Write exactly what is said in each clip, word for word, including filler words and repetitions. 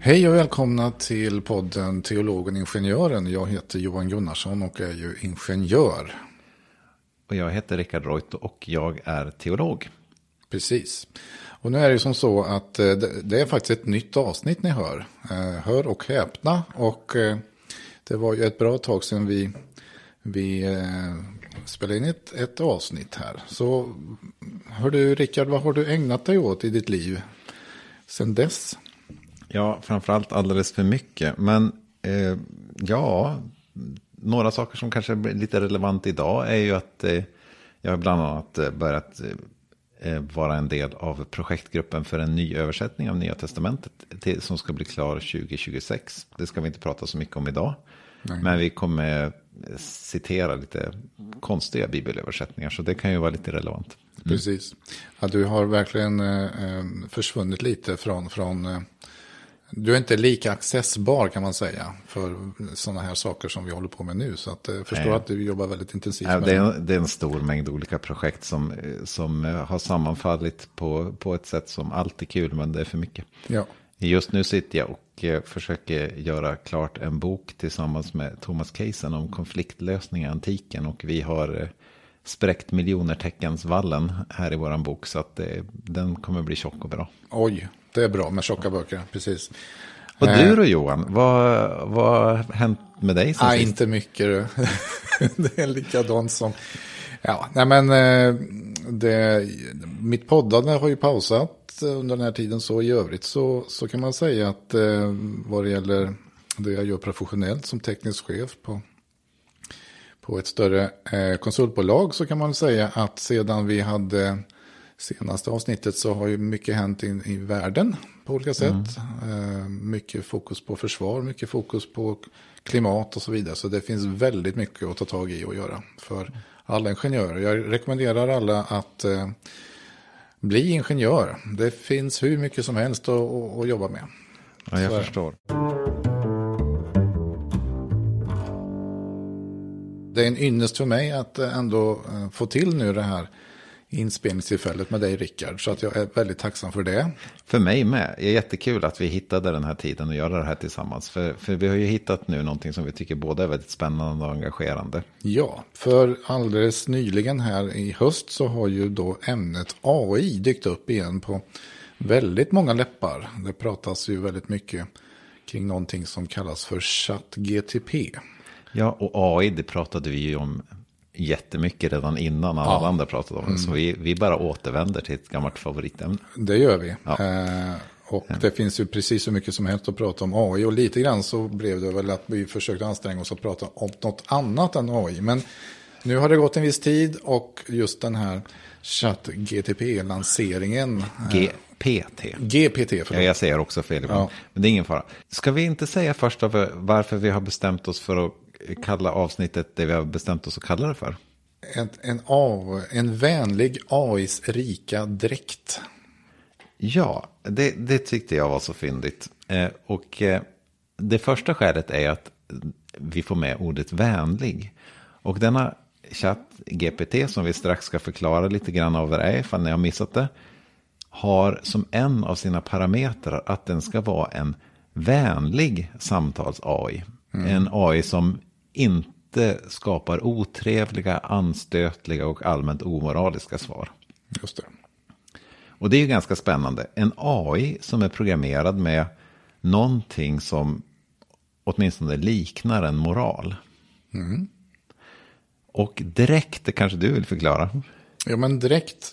Hej och välkomna till podden Teologen Ingenjören. Jag heter Johan Gunnarsson och är ju ingenjör. Och jag heter Rickard Reuto och jag är teolog. Precis. Och nu är det ju som så att det är faktiskt ett nytt avsnitt ni hör. Hör och häpna. Och det var ju ett bra tag sedan vi, vi spelade in ett, ett avsnitt här. Så hör du Rickard, vad har du ägnat dig åt i ditt liv sedan dess? Ja, framförallt alldeles för mycket. Men eh, ja, några saker som kanske är lite relevant idag är ju att eh, jag har bland annat börjat eh, vara en del av projektgruppen för en ny översättning av Nya Testamentet till, som ska bli klar tjugo tjugosex. Det ska vi inte prata så mycket om idag. Nej. Men vi kommer citera lite konstiga bibelöversättningar, så det kan ju vara lite relevant. Mm. Precis. Ja, du har verkligen eh, försvunnit lite från... från eh, du är inte lika accessbar kan man säga för sådana här saker som vi håller på med nu. Så att, jag förstår Nej. att du jobbar väldigt intensivt Nej, med det. Är, det är en stor mängd olika projekt som, som har sammanfallit på, på ett sätt som alltid är kul, men det är för mycket. Ja. Just nu sitter jag och försöker göra klart en bok tillsammans med Thomas Keisen om konfliktlösning i antiken. Och vi har spräckt miljoner teckensvallen här i våran bok, så att det, den kommer bli tjock och bra. Oj, det är bra med tjocka böcker, precis. Och du då Johan, vad, vad har hänt med dig sen Nej, sist? inte mycket. Det är likadant som... Ja, nej men det, mitt poddande har ju pausat under den här tiden, så i övrigt så, så kan man säga att vad det gäller det jag gör professionellt som teknisk chef på, på ett större konsultbolag, så kan man säga att sedan vi hade senaste avsnittet så har ju mycket hänt in i världen på olika sätt. Mm. Mycket fokus på försvar, mycket fokus på klimat och så vidare. Så det finns väldigt mycket att ta tag i och göra för alla ingenjörer. Jag rekommenderar alla att eh, bli ingenjör. Det finns hur mycket som helst att, att, att jobba med. Ja, jag så förstår. Det är en ynnest för mig att ändå få till nu det här inspelningstillfället med dig Rickard, så att jag är väldigt tacksam för det. För mig med. Det är jättekul att vi hittade den här tiden och göra det här tillsammans. För, för vi har ju hittat nu någonting som vi tycker båda är väldigt spännande och engagerande. Ja, för alldeles nyligen här i höst så har ju då ämnet A I dykt upp igen på väldigt många läppar. Det pratas ju väldigt mycket kring någonting som kallas för ChatGTP. Ja, och A I det pratade vi ju om jättemycket redan innan alla ja. andra pratade om det. Mm. Så vi, vi bara återvänder till ett gammalt favoritämne. Det gör vi. Ja. Eh, och ja. det finns ju precis så mycket som helst att prata om A I. Och lite grann så blev det väl att vi försökte anstränga oss att prata om något annat än A I. Men nu har det gått en viss tid och just den här ChatGTP-lanseringen. G P T. G P T, förlåt. Ja, jag säger också fel. Ja. Men det är ingen fara. Ska vi inte säga först varför vi har bestämt oss för att kalla avsnittet det vi har bestämt oss att kalla det för? En, en, av, en vänlig A I:s rika dräkt. Ja, det, det tyckte jag var så fyndigt. Eh, och eh, det första skälet är att vi får med ordet vänlig. Och denna ChatGPT G P T som vi strax ska förklara lite grann av vad det är ifall ni har missat det, har som en av sina parametrar att den ska vara en vänlig samtals-A I. Mm. En A I som inte skapar otrevliga, anstötliga och allmänt omoraliska svar. Just det. Och det är ju ganska spännande. En A I som är programmerad med någonting som åtminstone liknar en moral. Mm. Och direkt, det kanske du vill förklara. Ja, men direkt.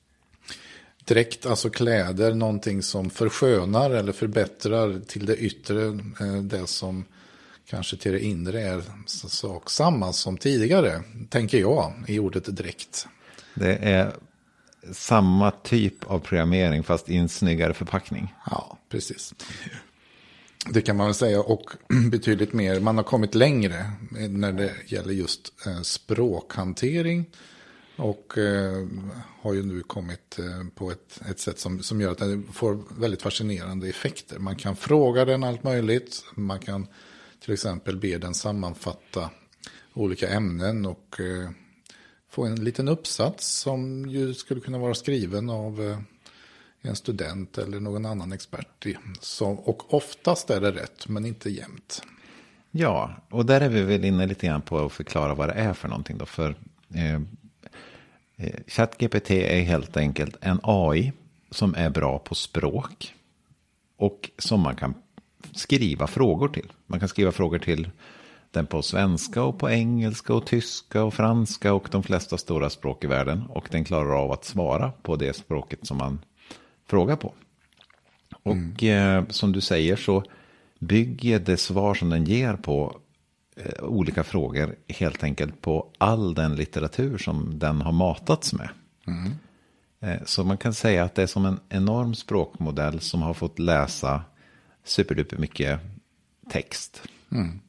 Direkt, alltså kläder, någonting som förskönar eller förbättrar till det yttre, det som kanske till det inre är sak samma som tidigare, tänker jag, i ordet direkt. Det är samma typ av programmering fast i en snyggare förpackning. Ja, precis. Det kan man väl säga, och betydligt mer. Man har kommit längre när det gäller just språkhantering. Och eh, har ju nu kommit eh, på ett, ett sätt som, som gör att den får väldigt fascinerande effekter. Man kan fråga den allt möjligt. Man kan till exempel be den sammanfatta olika ämnen och eh, få en liten uppsats som ju skulle kunna vara skriven av eh, en student eller någon annan expert. Som, och oftast är det rätt, men inte jämt. Ja, och där är vi väl inne lite grann på att förklara vad det är för någonting då. För eh, ChatGPT är helt enkelt en A I som är bra på språk. Och som man kan skriva frågor till. Man kan skriva frågor till den på svenska och på engelska och tyska och franska och de flesta stora språk i världen. Och den klarar av att svara på det språket som man frågar på. Och mm. eh, som du säger så bygger det svar som den ger på eh, olika frågor helt enkelt på all den litteratur som den har matats med. Mm. Eh, så man kan säga att det är som en enorm språkmodell som har fått läsa superduper mycket text. Mm.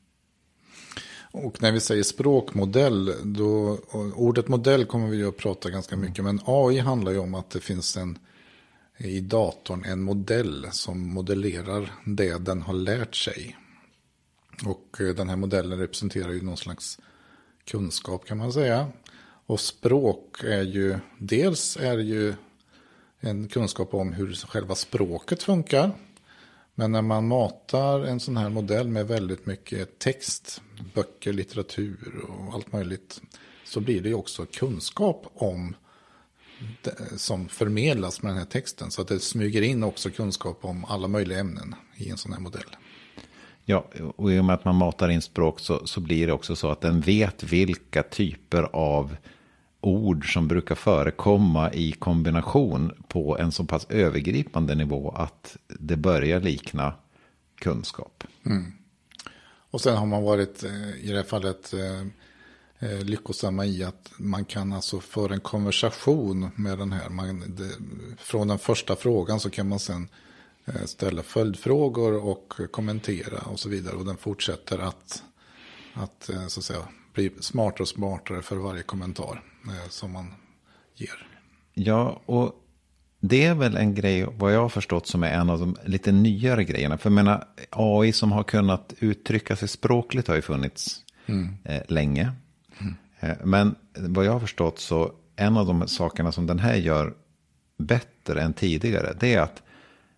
Och när vi säger språkmodell, då, ordet modell kommer vi att prata ganska mycket, men A I handlar ju om att det finns en i datorn en modell som modellerar det den har lärt sig. Och den här modellen representerar ju någon slags kunskap kan man säga. Och språk är ju, dels är ju en kunskap om hur själva språket funkar. Men när man matar en sån här modell med väldigt mycket text, böcker, litteratur och allt möjligt, så blir det ju också kunskap om det, som förmedlas med den här texten. Så att det smyger in också kunskap om alla möjliga ämnen i en sån här modell. Ja, och i och med att man matar in språk så, så blir det också så att den vet vilka typer av ord som brukar förekomma i kombination på en så pass övergripande nivå att det börjar likna kunskap. Mm. Och sen har man varit i det här fallet eh, lyckosamma i att man kan alltså föra en konversation med den här. Man, det, från den första frågan så kan man sen eh, ställa följdfrågor och kommentera och så vidare. Och den fortsätter att, att eh, så att säga, bli smartare och smartare för varje kommentar som man ger. Ja, och det är väl en grej, vad jag har förstått, som är en av de lite nyare grejerna. För jag menar, A I som har kunnat uttrycka sig språkligt har ju funnits mm. eh, länge. Mm. Eh, men vad jag har förstått så en av de sakerna som den här gör bättre än tidigare, det är att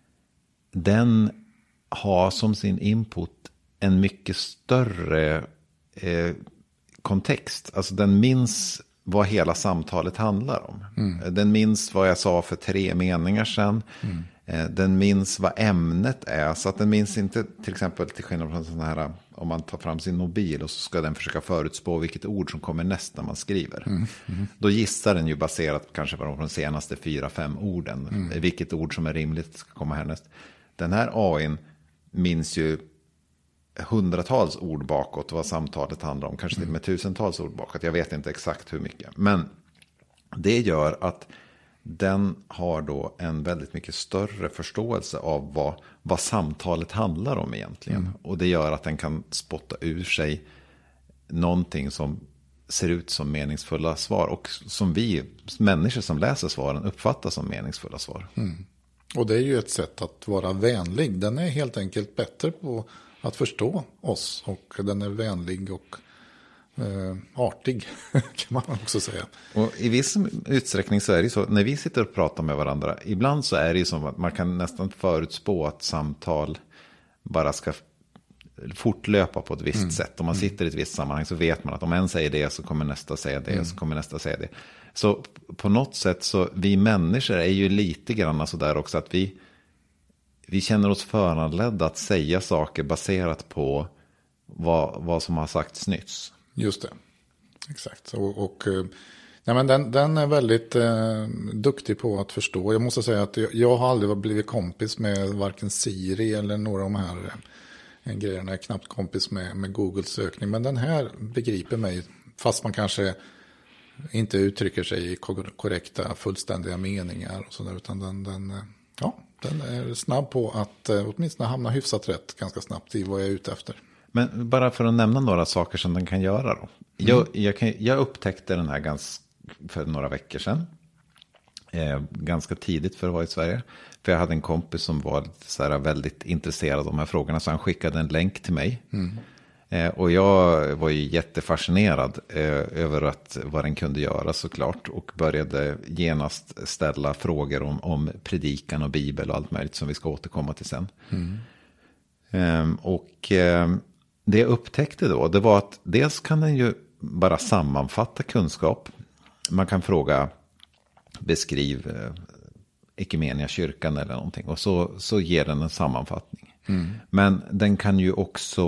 den har som sin input en mycket större eh, kontext. Alltså den minns vad hela samtalet handlar om. Mm. Den minns vad jag sa för tre meningar sedan. Mm. Den minns vad ämnet är. Så att den minns inte, till exempel till skillnad från sån här, om man tar fram sin mobil och så ska den försöka förutspå vilket ord som kommer näst när man skriver. Mm. Mm. Då gissar den ju baserat kanske på de senaste fyra, fem orden. Mm. Vilket ord som är rimligt ska komma härnäst. Den här A I:n minns ju hundratals ord bakåt vad samtalet handlar om. Kanske till och med tusentals ord bakåt. Jag vet inte exakt hur mycket. Men det gör att den har då en väldigt mycket större förståelse av vad, vad samtalet handlar om egentligen. Mm. Och det gör att den kan spotta ur sig någonting som ser ut som meningsfulla svar. Och som vi människor som läser svaren uppfattar som meningsfulla svar. Mm. Och det är ju ett sätt att vara vänlig. Den är helt enkelt bättre på att förstå oss, och den är vänlig och eh, artig kan man också säga. Och i viss utsträckning så är det så, när vi sitter och pratar med varandra, ibland så är det ju som att man kan nästan förutspå att samtal bara ska fortlöpa på ett visst mm. sätt. Om man sitter i ett visst sammanhang så vet man att om en säger det så kommer nästa säga det, mm. så kommer nästa säga det. Så på något sätt så, vi människor är ju lite grann så där också att vi Vi känner oss föranledda att säga saker baserat på vad, vad som har sagts nyss. Just det, exakt. Och, och nej, men den, den är väldigt eh, duktig på att förstå. Jag måste säga att jag, jag har aldrig blivit kompis med varken Siri eller några av de här eh, grejerna. Jag är knappt kompis med, med Googles sökning. Men den här begriper mig, fast man kanske inte uttrycker sig i korrekta, fullständiga meningar och sådär, utan den... den ja, den är snabb på att eh, åtminstone hamna hyfsat rätt ganska snabbt i vad jag är ute efter. Men bara för att nämna några saker som den kan göra då. Mm. Jag, jag, kan, jag upptäckte den här ganska, för några veckor sedan. Eh, ganska tidigt för att vara i Sverige. För jag hade en kompis som var så här väldigt intresserad av de här frågorna. Så han skickade en länk till mig. Mm. Eh, och jag var ju jättefascinerad eh, över att, vad den kunde göra såklart. Och började genast ställa frågor om, om predikan och bibel och allt möjligt som vi ska återkomma till sen. Mm. Eh, och eh, det jag upptäckte då, det var att dels kan den ju bara sammanfatta kunskap. Man kan fråga, beskriv eh, Ekumenia kyrkan eller någonting. Och så, så ger den en sammanfattning. Mm. Men den kan ju också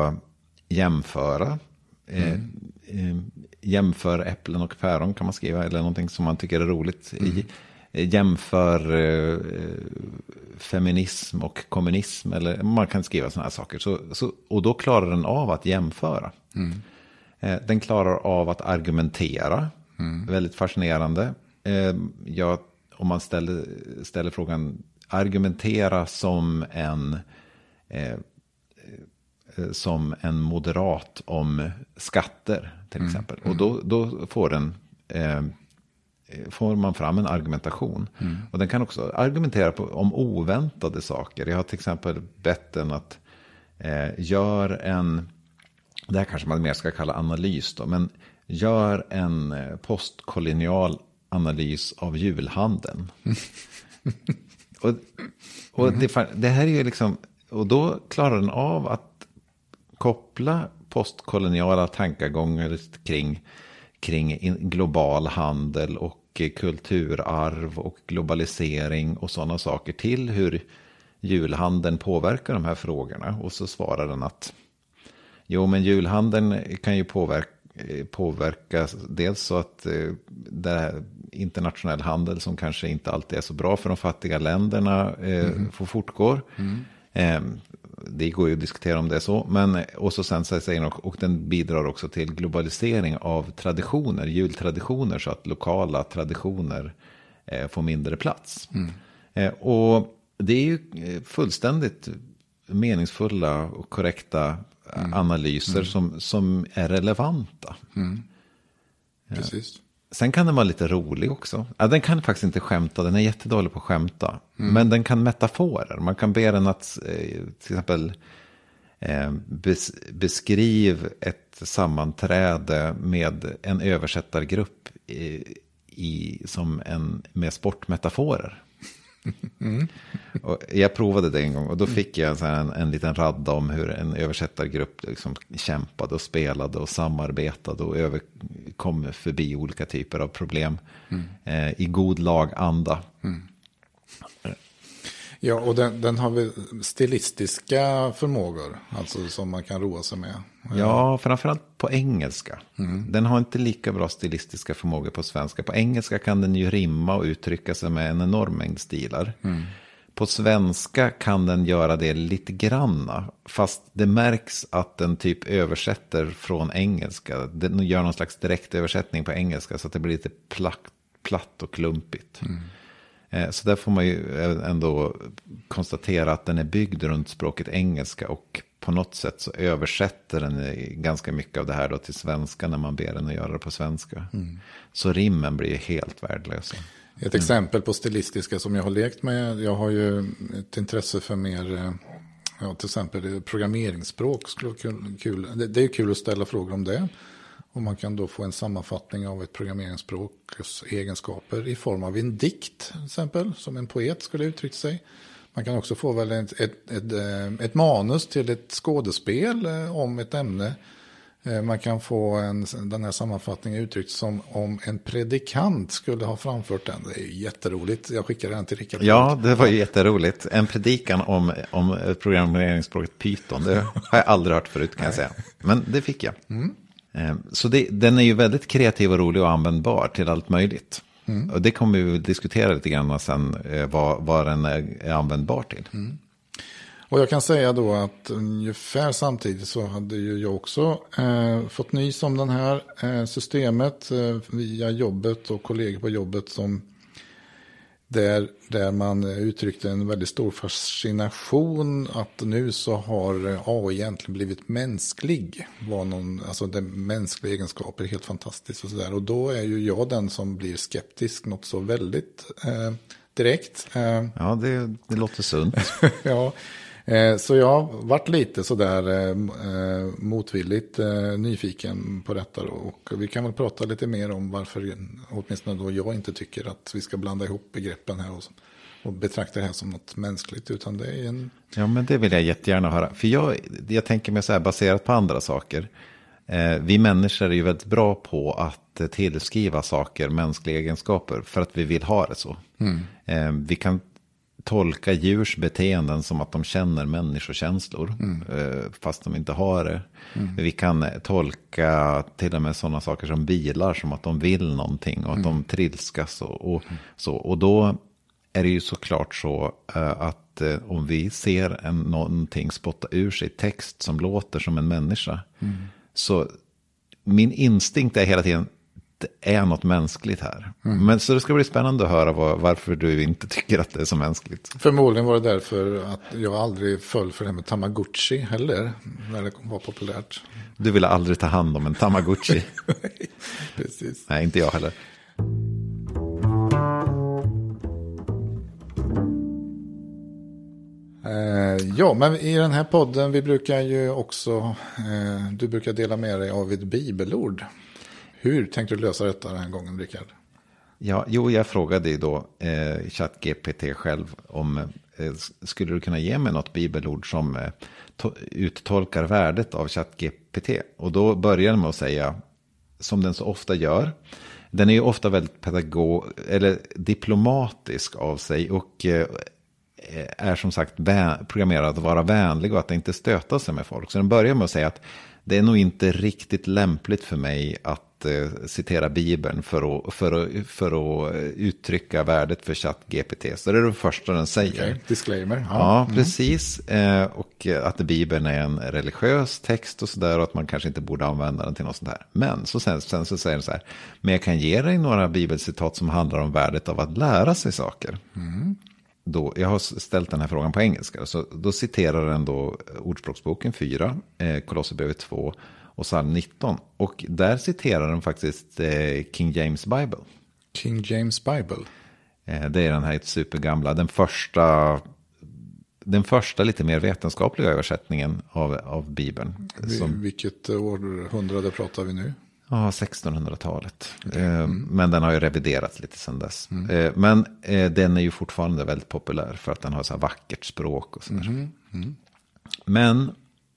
jämföra. Mm. Eh, jämför äpplen och päron kan man skriva. Eller någonting som man tycker är roligt. Mm. Jämför eh, feminism och kommunism. Eller man kan skriva sådana här saker. Så, så, och då klarar den av att jämföra. Mm. Eh, den klarar av att argumentera. Mm. Väldigt fascinerande. Eh, jag, om man ställer, ställer frågan, argumentera som en... Eh, som en moderat om skatter till mm. exempel. Och då, då får, den, eh, får man fram en argumentation. Mm. Och den kan också argumentera på, om oväntade saker. Jag har till exempel bett den att eh, gör en, det här kanske man mer ska kalla analys då, men gör en postkolonial analys av julhandeln. Mm. och och mm. det, det här är ju liksom, och då klarar den av att koppla postkoloniala tankegångar kring, kring global handel och kulturarv och globalisering och sådana saker till hur julhandeln påverkar de här frågorna. Och så svarar den att jo, men julhandeln kan ju påverka, påverka dels så att det här internationell handel som kanske inte alltid är så bra för de fattiga länderna eh, mm. får fortgå. Mm. Eh, det går ju att diskutera om det är så. Men, och så sen säger den, och den bidrar också till globalisering av traditioner, jultraditioner, så att lokala traditioner eh, får mindre plats. Mm. Eh, och det är ju fullständigt meningsfulla och korrekta mm. analyser mm. Som, som är relevanta. Mm. Precis. Sen kan den vara lite rolig också. Ja, den kan faktiskt inte skämta, den är jättedålig på att skämta. Mm. Men den kan metaforer. Man kan be den att eh, till exempel eh, bes, beskriv ett sammanträde med en översättargrupp i, i, som en, med sportmetaforer. Mm. Och jag provade det en gång och då fick jag så här en, en liten radda om hur en översättargrupp liksom kämpade och spelade och samarbetade och över, kom förbi olika typer av problem mm. eh, i god laganda. Mm. Ja, och den, den har väl stilistiska förmågor, alltså som man kan roa sig med. Ja, framförallt på engelska. Mm. Den har inte lika bra stilistiska förmågor på svenska. På engelska kan den ju rimma och uttrycka sig med en enorm mängd stilar. Mm. På svenska kan den göra det lite granna. Fast det märks att den typ översätter från engelska. Den gör någon slags direktöversättning på engelska så att det blir lite platt, platt och klumpigt. Mm. Så där får man ju ändå konstatera att den är byggd runt språket engelska och på något sätt så översätter den ganska mycket av det här då till svenska när man ber den att göra det på svenska. Mm. Så rimmen blir ju helt värdelösa. Ett mm. exempel på stilistiska som jag har lekt med, jag har ju ett intresse för mer, ja, till exempel programmeringsspråk. Skulle kul, kul. Det, det är ju kul att ställa frågor om det. Och man kan då få en sammanfattning av ett programmeringsspråks egenskaper i form av en dikt, till exempel, som en poet skulle uttrycka sig. Man kan också få väl ett, ett, ett, ett manus till ett skådespel om ett ämne. Man kan få en, den här sammanfattningen uttryckt som om en predikant skulle ha framfört den. Det är ju jätteroligt. Jag skickar den till Rickard. Ja, det var ju jätteroligt. En predikan om, om programmeringsspråket Python. Det har jag aldrig hört förut, kan Nej. jag säga. Men det fick jag. Mm. Så det, den är ju väldigt kreativ och rolig och användbar till allt möjligt. Mm. Och det kommer vi diskutera lite grann sen vad, vad den är, är användbar till. Mm. Och jag kan säga då att ungefär samtidigt så hade ju jag också eh, fått nys om den här eh, systemet eh, via jobbet och kollegor på jobbet som där, där man uttryckte en väldigt stor fascination att nu så har A I egentligen blivit mänsklig. Var någon, alltså den mänskliga egenskaper är helt fantastiskt och sådär. Och då är ju jag den som blir skeptisk något så väldigt eh, direkt. Eh, ja, det, det låter sunt. ja, Eh, så jag har varit lite sådär eh, motvilligt eh, nyfiken på detta då. Och vi kan väl prata lite mer om varför åtminstone då jag inte tycker att vi ska blanda ihop begreppen här och, och betrakta det här som något mänskligt, utan det är en... Ja, men det vill jag jättegärna höra. För jag, jag tänker mig så här baserat på andra saker. Eh, vi människor är ju väldigt bra på att eh, tillskriva saker mänskliga egenskaper för att vi vill ha det så. Mm. Eh, vi kan tolka djurs beteenden som att de känner människokänslor, mm. eh, fast de inte har det. Mm. Vi kan tolka till och med sådana saker som bilar som att de vill någonting och att mm. de trilskas och, och mm. så. Och då är det ju såklart så eh, att eh, om vi ser en, någonting spotta ur sig text som låter som en människa, mm. så min instinkt är hela tiden, det är något mänskligt här. Mm. Men så det ska bli spännande att höra var, varför du inte tycker att det är så mänskligt. Förmodligen var det därför att jag aldrig föll för det här med Tamagotchi heller, när det var populärt. Du ville aldrig ta hand om en Tamagotchi. Nej, precis. Nej, inte jag heller. Ja, men i den här podden vi brukar ju också, eh, du brukar dela med dig av ett bibelord. Hur tänkte du lösa detta den här gången, Rickard? Ja, jo, jag frågade ju då eh, ChatGPT själv om eh, skulle du kunna ge mig något bibelord som eh, to- uttolkar värdet av ChatGPT. Och då började den med att säga, som den så ofta gör, den är ju ofta väldigt pedagog eller diplomatisk av sig och eh, är som sagt vä- programmerad att vara vänlig och att inte stöta sig med folk. Så den börjar med att säga att det är nog inte riktigt lämpligt för mig att eh, citera Bibeln för att, för, att, för att uttrycka värdet för ChatGPT. Så det är det första den säger. Okay. Disclaimer. Ja, ja mm. precis. Eh, och att Bibeln är en religiös text och sådär och att man kanske inte borde använda den till något sånt här. Men så sen, sen så säger den så här, men jag kan ge dig några bibelcitat som handlar om värdet av att lära sig saker. Mm. Då, jag har ställt den här frågan på engelska. Så då citerar den då Ordspråksboken fyra, eh, Kolosserbrevet två och psalm nitton. Och där citerar den faktiskt eh, King James Bible. King James Bible? Eh, det är den här supergamla, den första, den första lite mer vetenskapliga översättningen av, av Bibeln. Som, vilket århundrade pratar vi nu? Ja, sextonhundratalet. Mm. Men den har ju reviderats lite sedan dess. Mm. Men den är ju fortfarande väldigt populär för att den har så här vackert språk och sådär. Mm. Mm. Men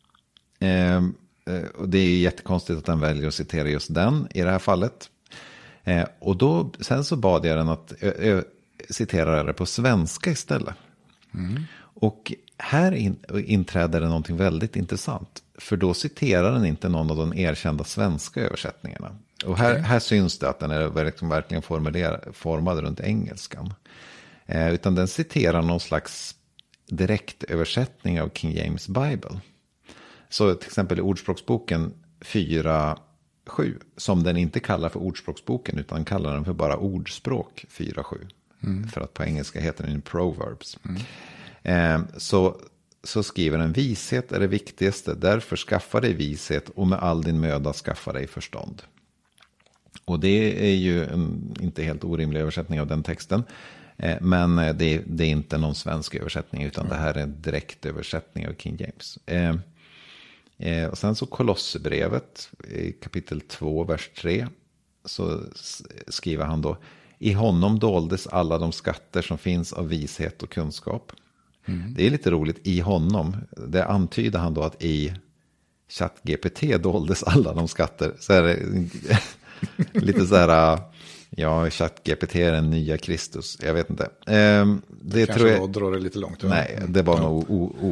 och det är ju jättekonstigt att den väljer att citera just den i det här fallet. Och då, sen så bad jag den att citera det på svenska istället. Mm. Och här in, inträder det någonting väldigt intressant. För då citerar den inte någon av de erkända svenska översättningarna. Och här, okay. här syns det att den är verkligen, verkligen formad runt engelskan. Eh, utan den citerar någon slags direktöversättning av King James Bible. Så till exempel i Ordspråksboken fyra sju, som den inte kallar för Ordspråksboken utan kallar den för bara Ordspråk fyra sju. Mm. För att på engelska heter den Proverbs. Mm. Eh, så... Så skriver den, vishet är det viktigaste, därför skaffa dig vishet och med all din möda skaffa dig förstånd. Och det är ju en inte helt orimlig översättning av den texten. Eh, men det, det är inte någon svensk översättning utan mm. det här är en direkt översättning av King James. Eh, eh, och sen så Kolosserbrevet i kapitel två, vers tre, så skriver han då, i honom doldes alla de skatter som finns av vishet och kunskap. Mm. Det är lite roligt, i honom, det antyder han då att i ChatGPT doldes alla de skatter. Så är det lite så här, ja, ChatGPT är den nya Kristus, jag vet inte. Ehm, det kanske tror jag drar det lite långt. Va? Nej, det var ja. nog o, o,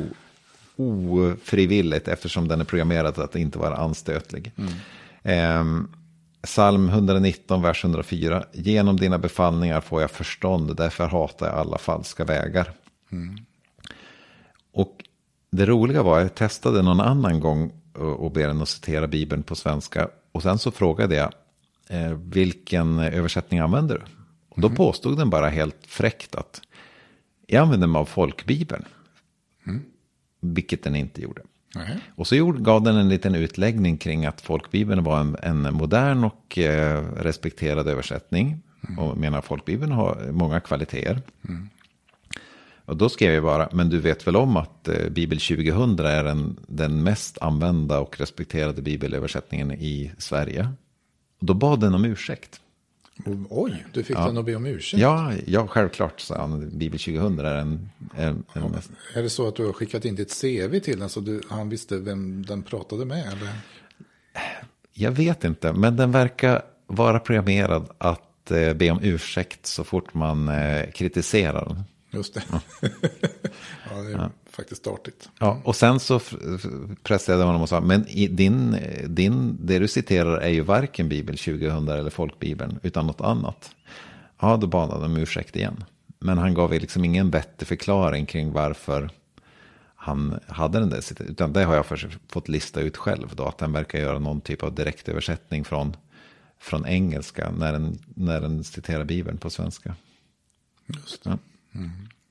ofrivilligt eftersom den är programmerad att inte vara anstötlig. Mm. Ehm, Psalm etthundranitton, vers hundrafyra, genom dina befallningar får jag förstånd, därför hatar jag alla falska vägar. Mm. Och det roliga var att jag testade någon annan gång och ber den att citera Bibeln på svenska. Och sen så frågade jag, eh, vilken översättning använder du? Och då mm. påstod den bara helt fräckt att jag använder mig av folkbibeln. Mm. Vilket den inte gjorde. Mm. Och så gjorde, gav den en liten utläggning kring att folkbibeln var en, en modern och eh, respekterad översättning. Mm. Och menar folkbibeln har många kvaliteter. Mm. Och då skrev jag bara, men du vet väl om att eh, Bibel tjugohundra är den, den mest använda och respekterade bibelöversättningen i Sverige. Och då bad den om ursäkt. Oj, du fick ja. den att be om ursäkt? Ja, ja självklart, sa han. Bibel tjugohundra är en... en, en ja, är det så att du har skickat in ditt C V till den så du, han visste vem den pratade med? Eller? Jag vet inte, men den verkar vara programmerad att eh, be om ursäkt så fort man eh, kritiserar den. Just det. Ja, ja det är ja. faktiskt artigt. Ja, och sen så pressade jag honom och sa, men i din, din, det du citerar är ju varken Bibel tjugohundra eller folkbibeln, utan något annat. Ja, då bad han om ursäkt igen. Men han gav liksom ingen bättre förklaring kring varför han hade den där, utan det har jag fått lista ut själv då, att den verkar göra någon typ av direktöversättning från, från engelska när den, när den citerar Bibeln på svenska. Just det. Ja. Mm.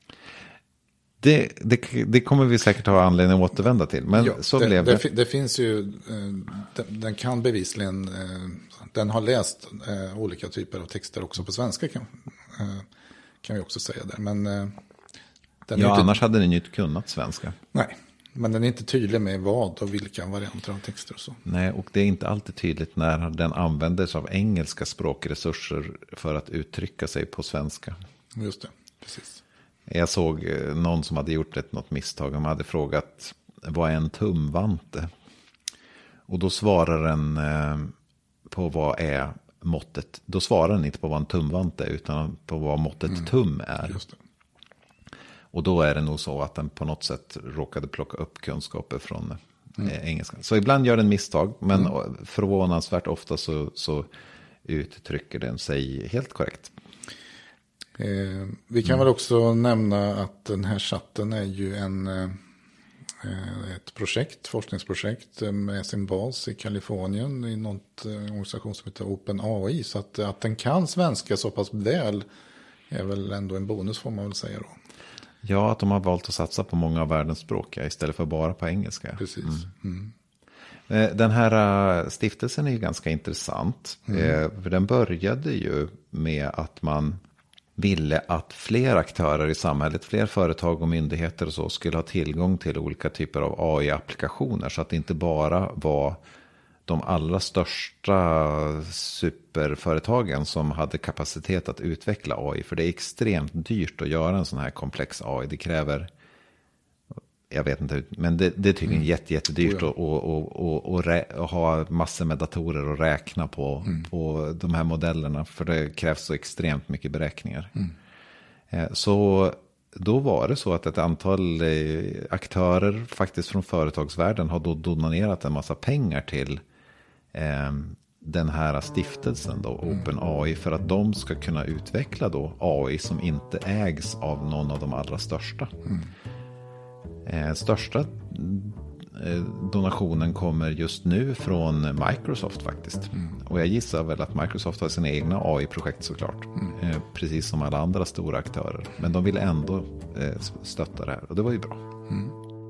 Det, det, det kommer vi säkert ha anledning att återvända till. Men ja, så det, blev det. Det, det finns ju, den, den kan bevisligen, den har läst olika typer av texter också på svenska kan, kan vi också säga där. Men den ja, inte, annars hade den ju inte kunnat svenska. Nej, men den är inte tydlig med vad och vilka varianter av texter och så. Nej, och det är inte alltid tydligt när den använder sig av engelska språkresurser för att uttrycka sig på svenska. Just det, precis. Jag såg någon som hade gjort ett, något misstag. De hade frågat, vad är en tumvante? Och då svarar den eh, på vad är måttet. Då svarar den inte på vad en tumvante är, utan på vad måttet mm. tum är. Just det. Och då är det nog så att den på något sätt råkade plocka upp kunskaper från mm. eh, engelska. Så ibland gör den misstag, men mm. förvånansvärt ofta så, så uttrycker den sig helt korrekt. Eh, vi kan mm. väl också nämna att den här chatten är ju en, eh, ett projekt, forskningsprojekt med sin bas i Kalifornien i något eh, organisation som heter OpenAI. Så att, att den kan svenska så pass väl är väl ändå en bonus får man väl säga då. Ja, att de har valt att satsa på många av världens språk istället för bara på engelska. Precis. Mm. Mm. Den här stiftelsen är ju ganska intressant. Mm. För den började ju med att man ville att fler aktörer i samhället, fler företag och myndigheter och så skulle ha tillgång till olika typer av A I-applikationer. Så att det inte bara var de allra största superföretagen som hade kapacitet att utveckla A I. För det är extremt dyrt att göra en sån här komplex A I. Det kräver, jag vet inte, men det, det är tydligen mm. jätte, jättedyrt oh, ja. att och, och, och, rä, och ha massor med datorer och räkna på, mm. på de här modellerna. För det krävs så extremt mycket beräkningar. Mm. Så då var det så att ett antal aktörer faktiskt från företagsvärlden har då donerat en massa pengar till eh, den här stiftelsen då, mm. OpenAI, för att de ska kunna utveckla då A I som inte ägs av någon av de allra största. Mm. Eh, största eh, donationen kommer just nu från Microsoft faktiskt. Mm. Och jag gissar väl att Microsoft har sina egna A I-projekt såklart. Mm. Eh, precis som alla andra stora aktörer. Men de vill ändå eh, stötta det här. Och det var ju bra. Mm.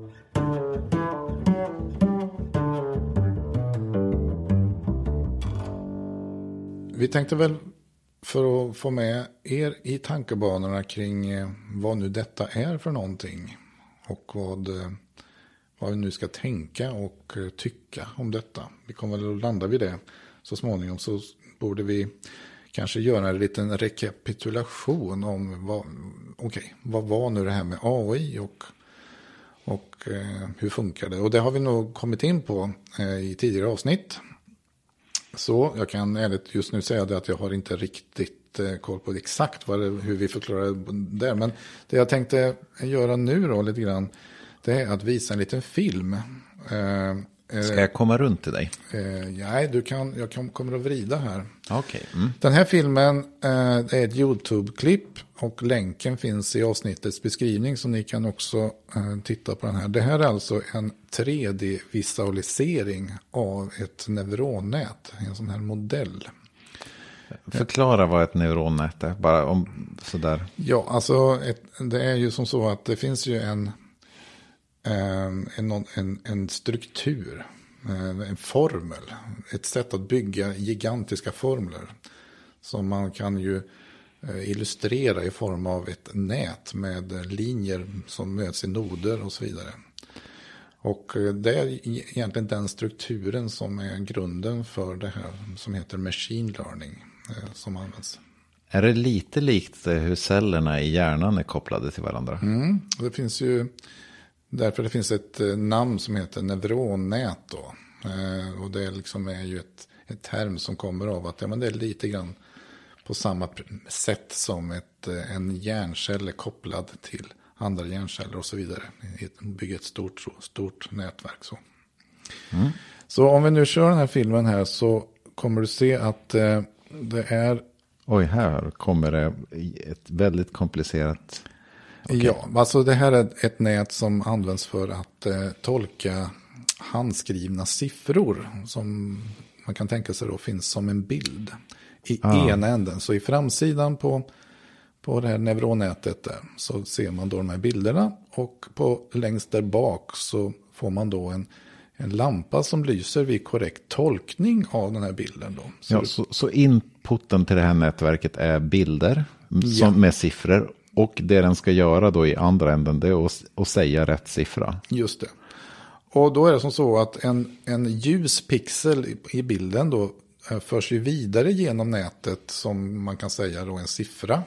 Vi tänkte väl för att få med er i tankebanorna kring vad nu detta är för någonting. Och vad, vad vi nu ska tänka och tycka om detta. Vi kommer väl att landa vid det så småningom. Så borde vi kanske göra en liten rekapitulation om vad, okay, vad var nu det här med A I och, och eh, hur funkar det. Och det har vi nog kommit in på eh, i tidigare avsnitt. Så jag kan ärligt just nu säga det att jag har inte riktigt eh, koll på exakt vad det, hur vi förklarar det där. Men det jag tänkte göra nu då lite grann, det är att visa en liten film. Eh, Ska jag komma runt till dig? Eh, nej, du kan, jag kan, kommer att vrida här. Okay. Mm. Den här filmen eh, är ett YouTube-klipp och länken finns i avsnittets beskrivning så ni kan också eh, titta på den här. Det här är alltså en tre D-visualisering av ett neuronnät, en sån här modell. Förklara vad ett neuronnät är, bara om sådär. Ja, alltså ett, det är ju som så att det finns ju en En, en, en struktur, en formel, ett sätt att bygga gigantiska formler som man kan ju illustrera i form av ett nät med linjer som möts i noder och så vidare. Och det är egentligen den strukturen som är grunden för det här som heter machine learning som används. Är det lite likt hur cellerna i hjärnan är kopplade till varandra? Mm, det finns ju, därför det finns ett namn som heter neuronnät då. Och det liksom är ju ett, ett term som kommer av att ja, men det är lite grann på samma sätt som ett, en hjärncell är kopplad till andra hjärnceller och så vidare. Bygger ett stort, stort nätverk. Så. Mm. Så om vi nu kör den här filmen här så kommer du se att eh, det är... Oj, här kommer det ett väldigt komplicerat... Okay. Ja, alltså det här är ett nät som används för att eh, tolka handskrivna siffror som man kan tänka sig då finns som en bild i ah. ena änden. Så i framsidan på, på det här neuronnätet där så ser man då de här bilderna och på längst där bak så får man då en, en lampa som lyser vid korrekt tolkning av den här bilden då. Så, ja, så, så inputen till det här nätverket är bilder som, ja. med siffror och det den ska göra då i andra änden det är att, att säga rätt siffra. Just det. Och då är det som så att en, en ljus pixel i, i bilden då förs ju vidare genom nätet som man kan säga då en siffra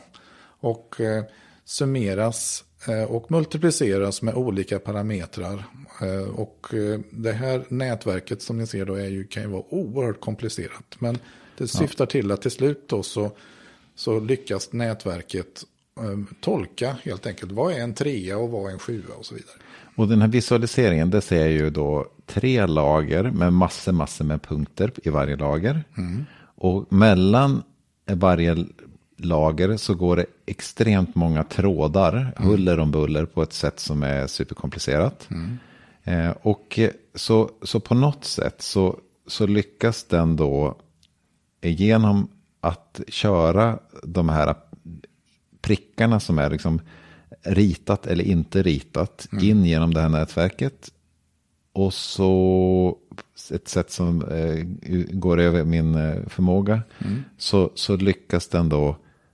och eh, summeras eh, och multipliceras med olika parametrar eh, och eh, det här nätverket som ni ser då är ju, kan ju vara oerhört komplicerat men det syftar ja. till att till slut då så, så lyckas nätverket eh, tolka helt enkelt vad är en trea och vad är en sjua och så vidare. Och den här visualiseringen, det ser ju då tre lager med massor, massor med punkter i varje lager. Mm. Och mellan varje lager så går det extremt många trådar, mm. huller om buller på ett sätt som är superkomplicerat. Mm. Eh, och så, så på något sätt så, så lyckas den då genom att köra de här prickarna som är liksom ritat eller inte ritat mm. in genom det här nätverket och så ett sätt som eh, går över min eh, förmåga mm. så, så lyckas den då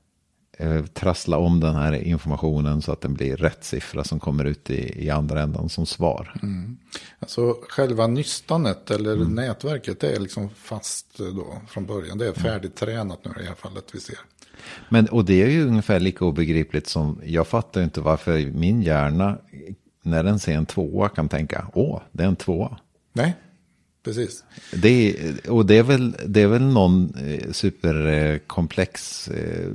eh, trassla om den här informationen så att den blir rätt siffra som kommer ut i, i andra änden som svar. Mm. Alltså själva nystanet eller mm. nätverket det är liksom fast då från början. Det är färdigtränat nu i det här fallet vi ser. Men, och det är ju ungefär lika obegripligt som, jag fattar inte varför min hjärna när den ser en tvåa kan tänka, åh, det är en tvåa. Nej, precis. Det, och det är väl, det är väl någon superkomplex eh,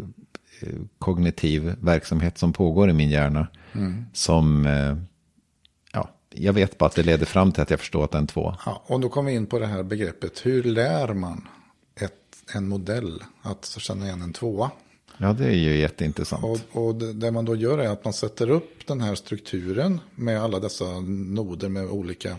kognitiv verksamhet som pågår i min hjärna mm. som, eh, ja, jag vet bara att det leder fram till att jag förstår att det är en tvåa. Ja, och då kommer vi in på det här begreppet, hur lär man en modell att känna igen en tvåa. Ja, det är ju jätteintressant. Och, och det, det man då gör är att man sätter upp den här strukturen med alla dessa noder med olika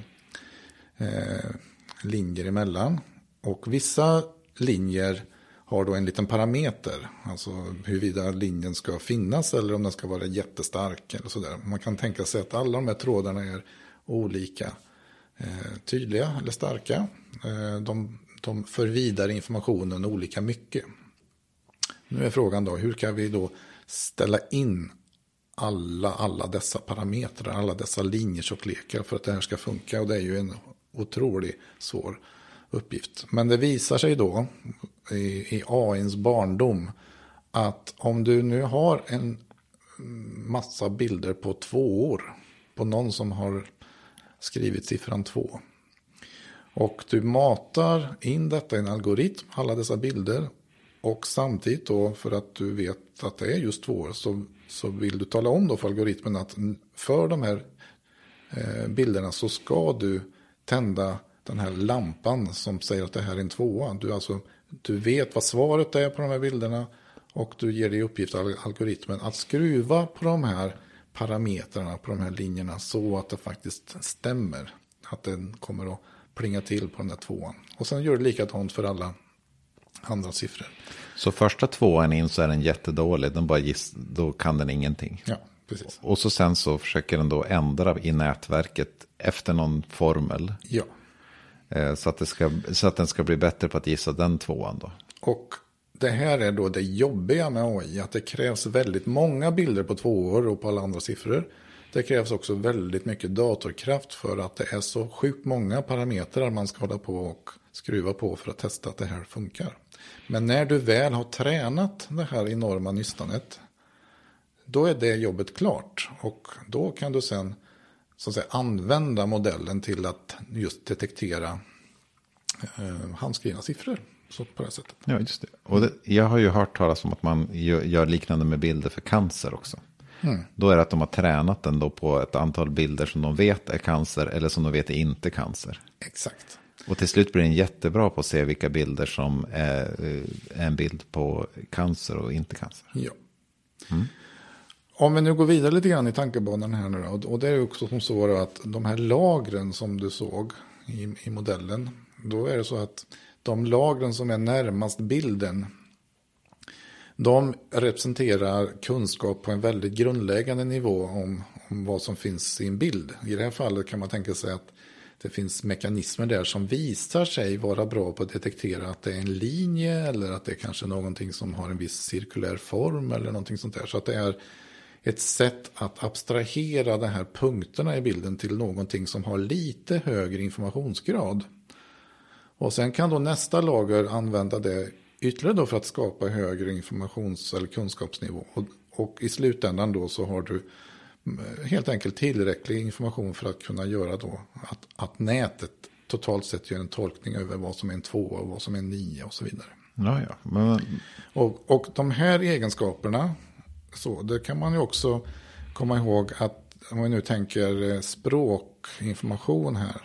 eh, linjer emellan. Och vissa linjer har då en liten parameter. Alltså huruvida linjen ska finnas eller om den ska vara jättestark eller sådär. Man kan tänka sig att alla de här trådarna är olika eh, tydliga eller starka. Eh, de De för vidare informationen olika mycket. Nu är frågan då, hur kan vi då ställa in alla, alla dessa parametrar, alla dessa linjetjocklekar för att det här ska funka. Och det är ju en otroligt svår uppgift. Men det visar sig då i, i A I:ns barndom att om du nu har en massa bilder på två år på någon som har skrivit siffran två. Och du matar in detta i en algoritm, alla dessa bilder. Och samtidigt då, för att du vet att det är just två år, så, så vill du tala om då för algoritmen att för de här eh, bilderna så ska du tända den här lampan som säger att det här är en tvåa. Du, alltså, du vet vad svaret är på de här bilderna och du ger dig uppgift av algoritmen att skruva på de här parametrarna, på de här linjerna så att det faktiskt stämmer. Att den kommer att plinga till på den där tvåan. Och sen gör det likadant för alla andra siffror. Så första tvåan in så är den jättedålig. Den bara giss, då kan den ingenting. Ja, precis. Och så sen så försöker den då ändra i nätverket efter någon formel. Ja. Så att, det ska, så att den ska bli bättre på att gissa den tvåan då. Och det här är då det jobbiga med A I. Att det krävs väldigt många bilder på tvåor och på alla andra siffror. Det krävs också väldigt mycket datorkraft för att det är så sjukt många parametrar man ska hålla på och skruva på för att testa att det här funkar. Men när du väl har tränat det här enorma nystanet, då är det jobbet klart. Och då kan du sen så att säga, använda modellen till att just detektera eh, handskrivna siffror. Så på det sättet. Ja, just det. Och det, jag har ju hört talas om att man gör, gör liknande med bilder för cancer också. Mm. Då är det att de har tränat den då på ett antal bilder som de vet är cancer eller som de vet är inte cancer. Exakt. Och till slut blir den jättebra på att se vilka bilder som är, är en bild på cancer och inte cancer. Ja. Mm. Om vi nu går vidare lite grann i tankebanan här nu då, och det är också som så då att de här lagren som du såg i, i modellen, då är det så att de lagren som är närmast bilden, de representerar kunskap på en väldigt grundläggande nivå om, om vad som finns i en bild. I det här fallet kan man tänka sig att det finns mekanismer där som visar sig vara bra på att detektera att det är en linje eller att det är kanske någonting som har en viss cirkulär form eller någonting sånt där. Så att det är ett sätt att abstrahera de här punkterna i bilden till någonting som har lite högre informationsgrad. Och sen kan då nästa lager använda det ytterligare då för att skapa högre informations- eller kunskapsnivå. Och, och i slutändan då så har du helt enkelt tillräcklig information för att kunna göra då att, att nätet totalt sett gör en tolkning över vad som är en tvåa och vad som är en nio och så vidare. Ja, ja. Men... Och, och de här egenskaperna, så det kan man ju också komma ihåg att om vi nu tänker språkinformation här.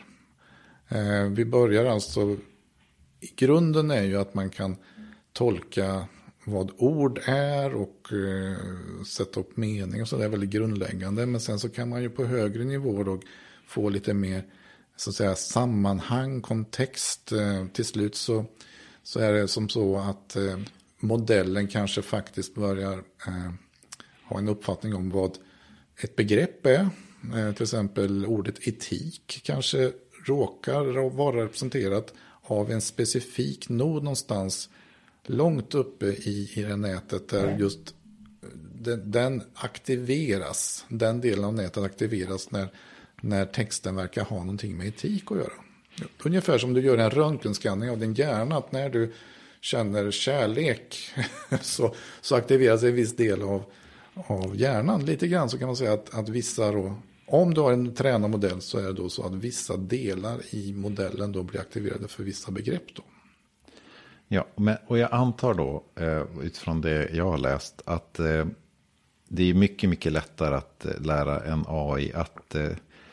Eh, vi börjar alltså, i grunden är ju att man kan tolka vad ord är och eh, sätta upp mening och så, det är väldigt grundläggande. Men sen så kan man ju på högre nivå då få lite mer så att säga sammanhang, kontext. Eh, till slut så, så är det som så att eh, modellen kanske faktiskt börjar eh, ha en uppfattning om vad ett begrepp är. Eh, till exempel ordet etik kanske råkar vara representerat av en specifik nod någonstans långt uppe i, i det nätet där just den, den aktiveras, den delen av nätet aktiveras när, när texten verkar ha någonting med etik att göra. Ungefär som du gör en röntgenskanning av din hjärna, att när du känner kärlek så, så aktiveras en viss del av, av hjärnan. Lite grann så kan man säga att, att vissa då, om du har en tränad modell så är det då så att vissa delar i modellen då blir aktiverade för vissa begrepp då. Ja, men, och jag antar då eh, utifrån det jag har läst att eh, det är mycket, mycket lättare att eh, lära en A I att eh,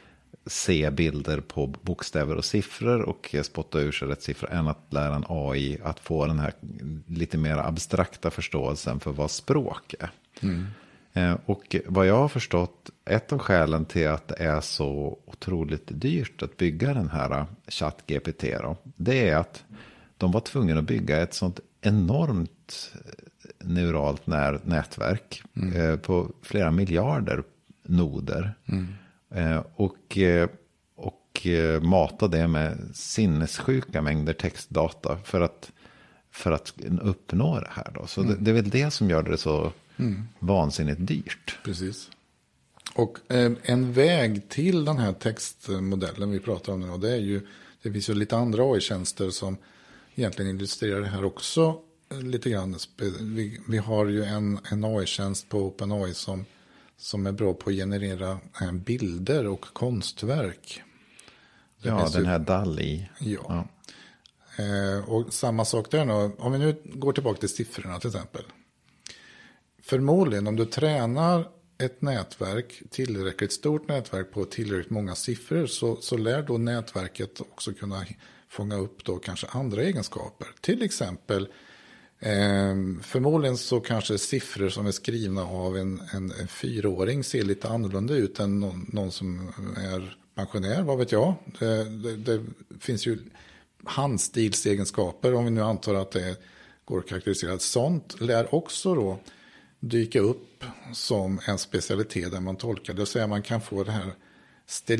se bilder på bokstäver och siffror och eh, spotta ur sig rätt siffror än att lära en A I att få den här lite mer abstrakta förståelsen för vad språk är. Mm. Eh, och vad jag har förstått, ett av skälen till att det är så otroligt dyrt att bygga den här ChatGPT då, det är att de var tvungna att bygga ett sånt enormt neuralt när, nätverk mm. eh, på flera miljarder noder. Mm. Eh, och, eh, och eh, mata det med sinnessjuka mängder textdata för att, för att uppnå det här. Då. Så mm. det, det är väl det som gör det så mm. vansinnigt dyrt. Precis. Och eh, en väg till den här textmodellen vi pratar om nu, och det är ju, det finns ju lite andra A I-tjänster som egentligen illustrerar det här också lite grann. Vi, vi har ju en, en A I-tjänst på OpenAI som, som är bra på att generera bilder och konstverk. Det ja, den ju, här DALL-E. Ja. ja. Eh, och samma sak där nu. Om vi nu går tillbaka till siffrorna till exempel. Förmodligen om du tränar ett nätverk, tillräckligt stort nätverk på tillräckligt många siffror så, så lär då nätverket också kunna fånga upp då kanske andra egenskaper. Till exempel eh, förmodligen så kanske siffror som är skrivna av en, en, en fyraåring ser lite annorlunda ut än någon, någon som är pensionär, vad vet jag. Det, det, det finns ju handstilsegenskaper, om vi nu antar att det går att karaktärisera. Sånt lär också då dyka upp som en specialitet där man tolkar det. Och så att man kan få det här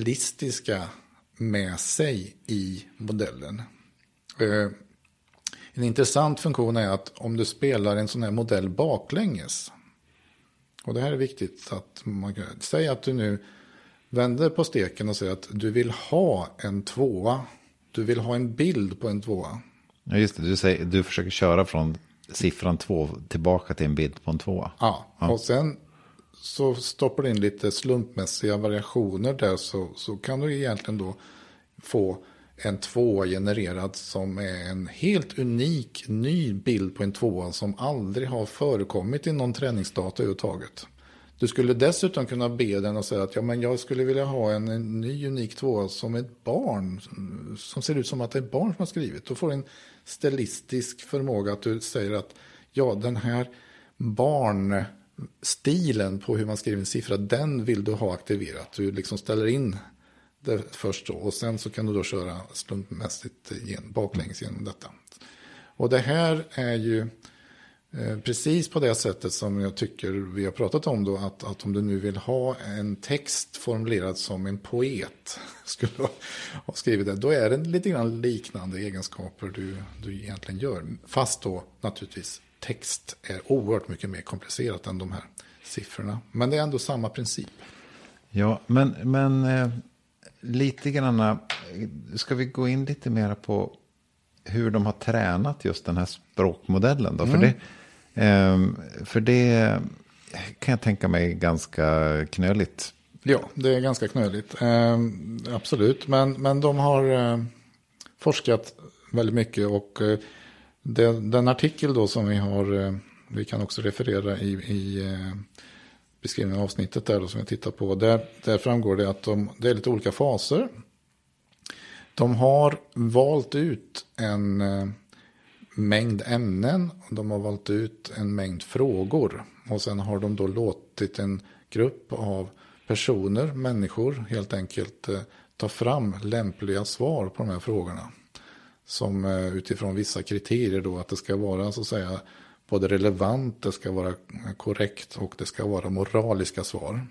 stilistiska med sig i modellen. En intressant funktion är att om du spelar en sån här modell baklänges. Och det här är viktigt att man kan säga att du nu vänder på steken och säger att du vill ha en tvåa. Du vill ha en bild på en tvåa. Ja, just det. Du, säger, du försöker köra från siffran två tillbaka till en bild på en tvåa. Ja, ja. Och sen så stoppar du in lite slumpmässiga variationer där, så, så kan du egentligen då få en tvåa genererad som är en helt unik ny bild på en tvåa som aldrig har förekommit i någon träningsdata överhuvudtaget. Du skulle dessutom kunna be den och säga att ja, men jag skulle vilja ha en, en ny unik tvåa som ett barn, som ser ut som att det är ett barn som har skrivit. Då får du en stilistisk förmåga att du säger att ja, den här barnstilen på hur man skriver en siffra, den vill du ha aktiverat. Du liksom ställer in det först då, och sen så kan du då köra slumpmässigt igen, baklänges genom detta. Och det här är ju eh, precis på det sättet som jag tycker vi har pratat om då, att, att om du nu vill ha en text formulerad som en poet skulle ha skrivit det, då är det lite grann liknande egenskaper du, du egentligen gör. Fast då naturligtvis text är oerhört mycket mer komplicerat än de här siffrorna. Men det är ändå samma princip. Ja, men, men eh, lite grann, ska vi gå in lite mer på hur de har tränat just den här språkmodellen då? Mm. För, det, eh, för det kan jag tänka mig ganska knöligt. Ja, det är ganska knöligt. Eh, absolut, men, men de har eh, forskat väldigt mycket, och eh, det, den artikel då som vi har, eh, vi kan också referera i, i eh, beskrivningen av avsnittet där då, som jag tittar på, där, där framgår det att de, det är lite olika faser. De har valt ut en eh, mängd ämnen, och de har valt ut en mängd frågor, och sen har de då låtit en grupp av personer, människor helt enkelt, eh, ta fram lämpliga svar på de här frågorna, som eh, utifrån vissa kriterier då, att det ska vara så att säga både relevant, det ska vara korrekt och det ska vara moraliska svar.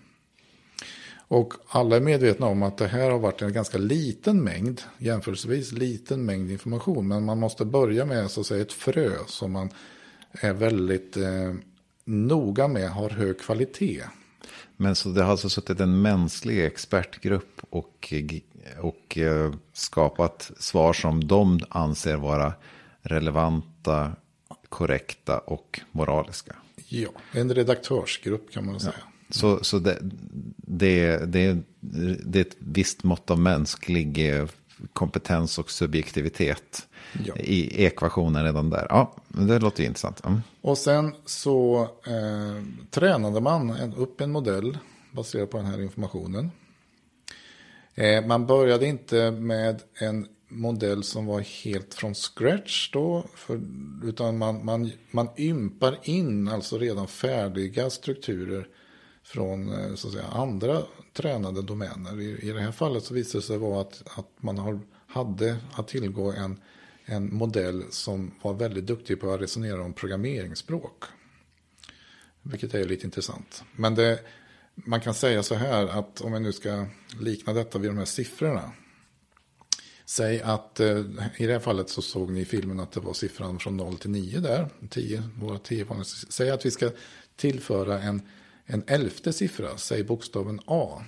Och alla är medvetna om att det här har varit en ganska liten mängd, jämförelsevis liten mängd information. Men man måste börja med så att säga ett frö som man är väldigt eh, noga med, har hög kvalitet. Men så det har alltså suttit en mänsklig expertgrupp och, och eh, skapat svar som de anser vara relevanta, korrekta och moraliska. Ja, en redaktörsgrupp kan man säga. Ja. Så, så det, det, det, det är ett visst mått av mänsklig kompetens och subjektivitet ja. i ekvationen redan där. Ja, det låter intressant. Mm. Och sen så eh, tränade man en, upp en modell baserad på den här informationen. Eh, man började inte med en modell som var helt från scratch då, för, utan man, man, man ympar in alltså redan färdiga strukturer från så att säga, andra tränade domäner. I, I det här fallet så visade det sig vara att, att man har, hade att tillgå en, en modell som var väldigt duktig på att resonera om programmeringsspråk. Vilket är lite intressant. Men det, man kan säga så här att om jag nu ska likna detta vid de här siffrorna. Säg att eh, i det här fallet så såg ni i filmen att det var siffran från noll till nio där. tio, våra tio vanliga. Säg att vi ska tillföra en En elfte siffra, säg bokstaven A.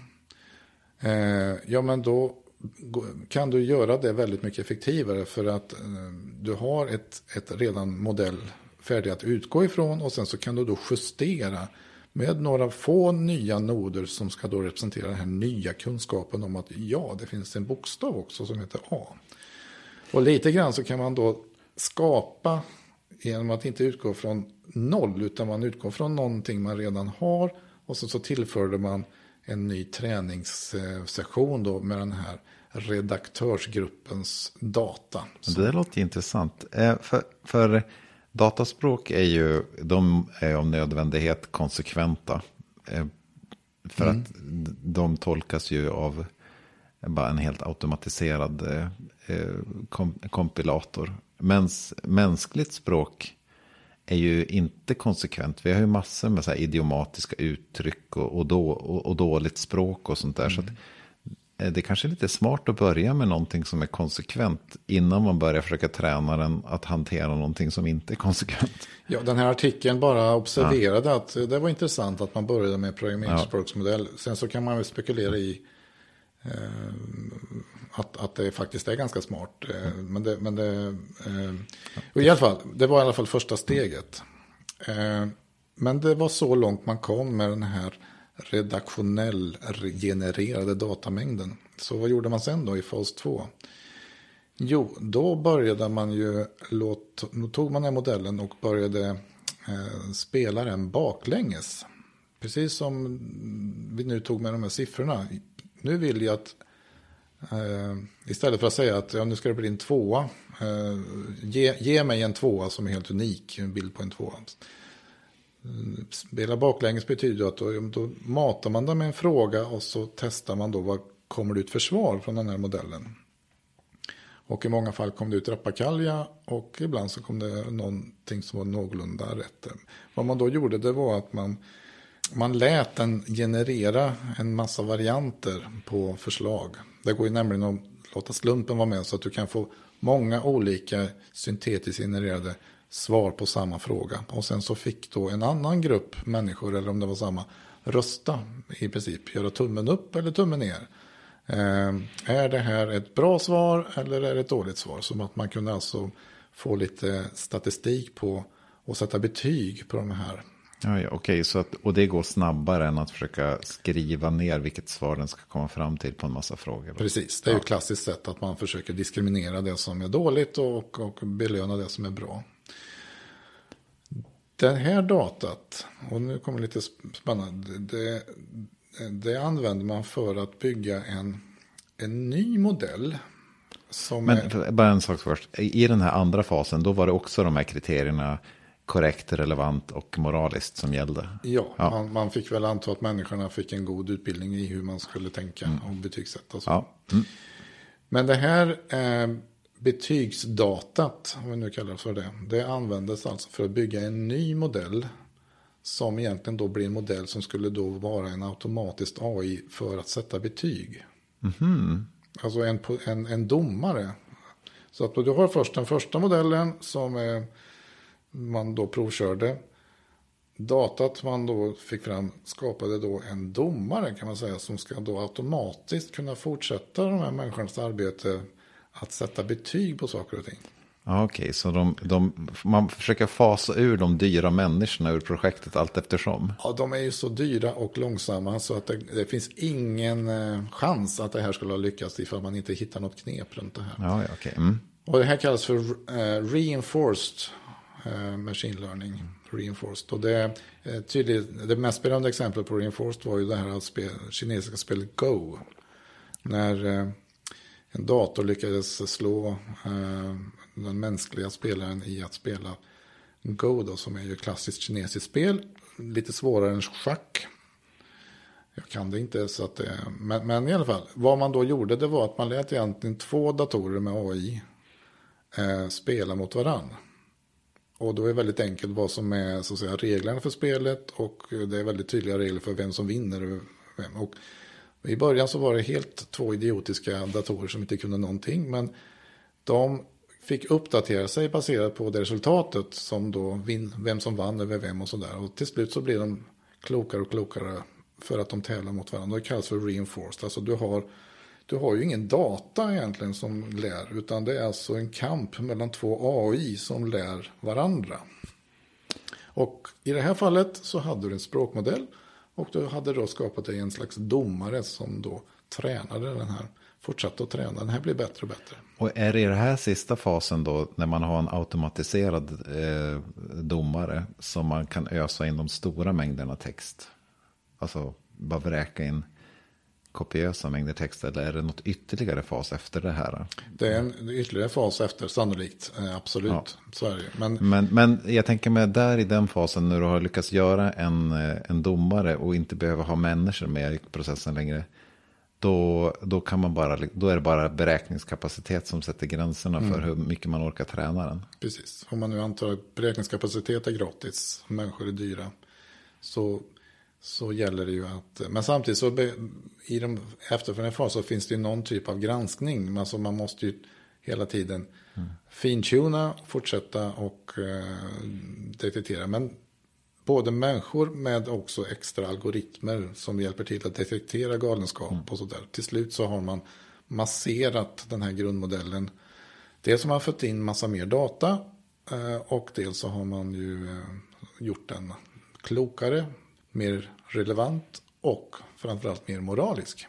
Eh, ja, men då kan du göra det väldigt mycket effektivare, för att eh, du har ett, ett redan modell färdig att utgå ifrån, och sen så kan du då justera med några få nya noder som ska då representera den här nya kunskapen om att ja, det finns en bokstav också som heter A. Och lite grann så kan man då skapa genom att inte utgå från noll, utan man utgår från någonting man redan har, och så, så tillförde man en ny träningssession då med den här redaktörsgruppens data. Det låter intressant. För, för dataspråk är ju, de är om nödvändighet konsekventa. För mm. att de tolkas ju av bara en helt automatiserad kom, kompilator. Mäns, mänskligt språk är ju inte konsekvent. Vi har ju massor med så här idiomatiska uttryck och, och, då, och, och dåligt språk och sånt där. Mm. Så att det kanske är lite smart att börja med någonting som är konsekvent innan man börjar försöka träna den att hantera någonting som inte är konsekvent. Ja, den här artikeln bara observerade ja. att det var intressant att man började med programmeringsspråksmodell. Ja. Sen så kan man väl spekulera i eh, att, att det faktiskt är ganska smart. Eh, men det, men det, eh, och i alla fall, det var i alla fall första steget. Eh, men det var så långt man kom med den här redaktionell genererade datamängden. Så vad gjorde man sen då i fas två? Jo, då började man ju låt, nu tog man den här modellen och började eh, spela den baklänges. Precis som vi nu tog med de här siffrorna. Nu vill jag att eh, istället för att säga att ja, nu ska det bli en tvåa, eh, ge, ge mig en tvåa som är helt unik, en bild på en tvåa. Spela baklänges betyder att då, då matar man den med en fråga och så testar man då vad kommer det ut för svar från den här modellen. Och i många fall kom det ut rappakalja och ibland så kom det någonting som var någorlunda rätt. Vad man då gjorde det var att man, man lät den generera en massa varianter på förslag. Det går ju nämligen att låta slumpen vara med så att du kan få många olika syntetiskt genererade svar på samma fråga. Och sen så fick då en annan grupp människor, eller om det var samma, rösta i princip. Göra tummen upp eller tummen ner. Eh, är det här ett bra svar eller är det ett dåligt svar? Som att man kunde alltså få lite statistik på och sätta betyg på de här. Ja, ja, okej, så att, och det går snabbare än att försöka skriva ner vilket svar den ska komma fram till på en massa frågor. Då. Precis, det är ju ett klassiskt sätt att man försöker diskriminera det som är dåligt och, och belöna det som är bra. Det här datat, och nu kommer lite spännande, det, det använder man för att bygga en, en ny modell. Som Men är... bara en sak först, i den här andra fasen då var det också de här kriterierna korrekt, relevant och moraliskt som gällde. Ja, ja. Man, man fick väl anta att människorna fick en god utbildning i hur man skulle tänka mm. och betygsätta. Så. Ja. Mm. Men det här eh, betygsdatat, om vi nu kallar det för det, det användes alltså för att bygga en ny modell som egentligen då blir en modell som skulle då vara en automatisk A I för att sätta betyg. Mm. Alltså en, en, en domare. Så att du har först den första modellen som eh, man då provkörde. Datat man då fick fram skapade då en domare kan man säga som ska då automatiskt kunna fortsätta de här människornas arbete att sätta betyg på saker och ting. Ja, okej, så de, de, man försöker fasa ur de dyra människorna ur projektet allt eftersom. Ja, de är ju så dyra och långsamma så att det, det finns ingen eh, chans att det här skulle ha lyckats ifall man inte hittar något knep runt det här. Ja, ja, okej. Mm. Och det här kallas för eh, reinforced eh, machine learning. Mm. Reinforced. Och det, eh, tydligt, det mest spännande exemplet på reinforced var ju det här spel, kinesiska spelet Go. När eh, en dator lyckades slå eh, den mänskliga spelaren i att spela Go då, som är ju ett klassiskt kinesiskt spel. Lite svårare än schack. Jag kan det inte så att det, men, men i alla fall. Vad man då gjorde det var att man lät egentligen två datorer med A I eh, spela mot varann. Och då är det väldigt enkelt vad som är så att säga reglerna för spelet och det är väldigt tydliga regler för vem som vinner och vem. Och i början så var det helt två idiotiska datorer som inte kunde någonting, men de fick uppdatera sig baserat på det resultatet som då vin, vem som vann över vem och sådär. Och till slut så blev de klokare och klokare för att de tävlar mot varandra. Det kallas för reinforced. Alltså du har, du har ju ingen data egentligen som lär, utan det är alltså en kamp mellan två A I som lär varandra. Och i det här fallet så hade du en språkmodell och du hade då skapat en slags domare som då tränade den här. Fortsatte att träna, den här blir bättre och bättre. Och är det i den här sista fasen då, när man har en automatiserad eh, domare som man kan ösa in de stora mängderna text? Alltså bara vräka in kopiösa mängder text, eller är det något ytterligare fas efter det här? Det är en ytterligare fas efter, sannolikt, eh, absolut, ja. Sverige. Men... Men, men jag tänker mig där i den fasen när du har lyckats göra en, en domare och inte behöver ha människor med i processen längre. Då, då, kan man bara, då är det bara beräkningskapacitet som sätter gränserna mm. för hur mycket man orkar träna den. Precis. Om man nu antar att beräkningskapacitet är gratis, människor är dyra, så så gäller det ju att, men samtidigt så be, i de efterföljande faser så finns det ju någon typ av granskning. Alltså man måste ju hela tiden mm. fintuna, fortsätta och eh, detektera. Men både människor med också extra algoritmer som hjälper till att detektera galenskap mm. och sådär. Till slut så har man masserat den här grundmodellen. Dels har man fått in massa mer data eh, och dels så har man ju eh, gjort den klokare, mer relevant och framförallt mer moralisk.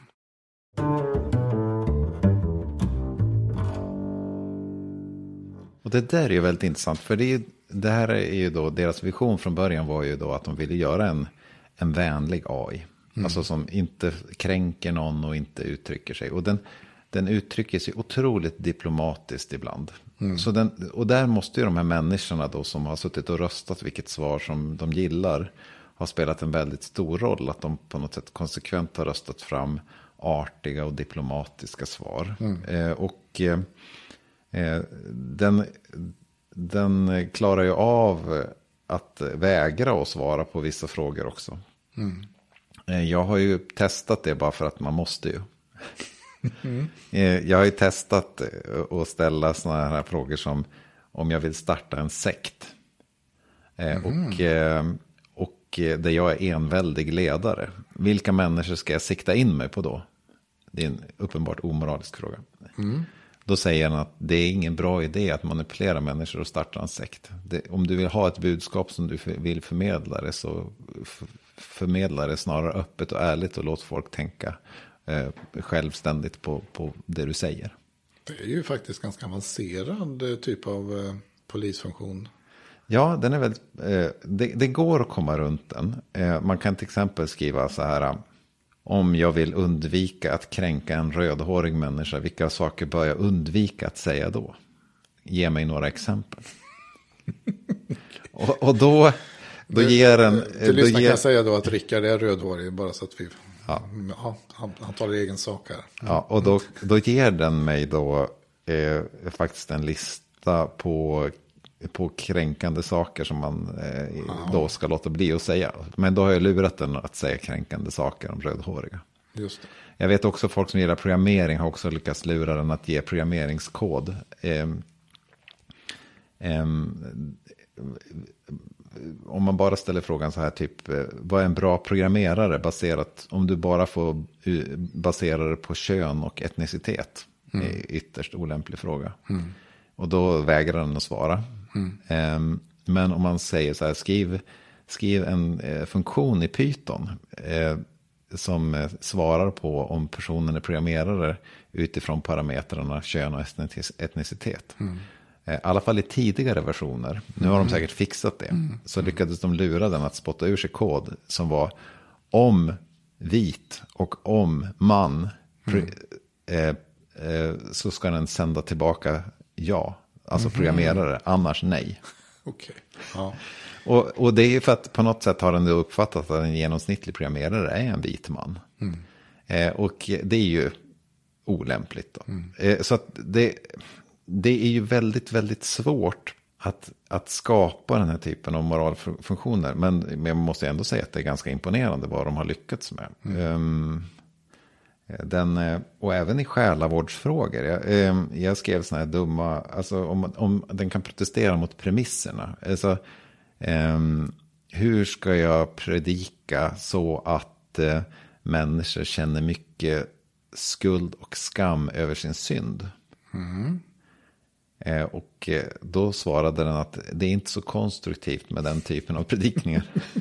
Och det där är ju väldigt intressant, för det, är ju, det här är ju då, deras vision från början var ju då att de ville göra en, en vänlig A I. Mm. Alltså som inte kränker någon och inte uttrycker sig. Och den, den uttrycker sig otroligt diplomatiskt ibland. Mm. Så den, och där måste ju de här människorna då som har suttit och röstat vilket svar som de gillar har spelat en väldigt stor roll. Att de på något sätt konsekvent har röstat fram artiga och diplomatiska svar. Mm. Eh, och eh, den, den klarar ju av att vägra att svara på vissa frågor också. Mm. Eh, jag har ju testat det bara för att man måste ju. Mm. eh, jag har ju testat att ställa sådana här frågor som om jag vill starta en sekt. Eh, mm. Och... Eh, där jag är enväldig ledare. Vilka människor ska jag sikta in mig på då? Det är en uppenbart omoralisk fråga. Mm. Då säger han att det är ingen bra idé att manipulera människor och starta en sekt. Det, om du vill ha ett budskap som du vill förmedla det, så förmedla det snarare öppet och ärligt och låt folk tänka eh, självständigt på, på det du säger. Det är ju faktiskt ganska avancerad typ av eh, polisfunktion. Ja, den är väldigt, eh, det, det går att komma runt den. Eh, man kan till exempel skriva så här: om jag vill undvika att kränka en rödhårig människa, vilka saker bör jag undvika att säga då? Ge mig några exempel. och, och då, då det, ger den... Till lyssnarna kan jag säga då att Rickard är rödhårig, bara så att vi... Ja. Ja, han, han tar egen sak här. Ja, och då, då ger den mig då eh, faktiskt en lista på... på kränkande saker som man eh, då ska låta bli att säga. Men då har jag lurat den att säga kränkande saker om rödhåriga. Just det. Jag vet också folk som gillar programmering har också lyckats lura den att ge programmeringskod. Eh, eh, om man bara ställer frågan så här typ, vad är en bra programmerare baserat, om du bara får basera det på kön och etnicitet. Mm. Är ytterst olämplig fråga. Mm. Och då vägrar den att svara. Mm. Um, men om man säger så här, skriv, skriv en eh, funktion i Python eh, som eh, svarar på om personen är programmerare utifrån parametrarna kön och etnicitet. Mm. Eh, I alla fall i tidigare versioner, nu har de säkert fixat det, mm. så lyckades de lura den att spotta ur sig kod som var om vit och om man mm. eh, eh, så ska den sända tillbaka ja. Alltså programmerare, mm. annars nej. Okej. Ja. Och, och det är ju för att på något sätt har den uppfattat att en genomsnittlig programmerare är en vit man. Mm. Eh, och det är ju olämpligt då. Mm. Eh, så att det, det är ju väldigt, väldigt svårt att, att skapa den här typen av moralfunktioner. Men, men jag måste ändå säga att det är ganska imponerande vad de har lyckats med. Mm. Um, Den, och även i själavårdsfrågor. Jag, jag skrev såna här dumma, alltså om, om den kan protestera mot premisserna. Alltså, um, hur ska jag predika så att uh, människor känner mycket skuld och skam över sin synd? Mm. Uh, och uh, då svarade den att det är inte så konstruktivt med den typen av predikningar.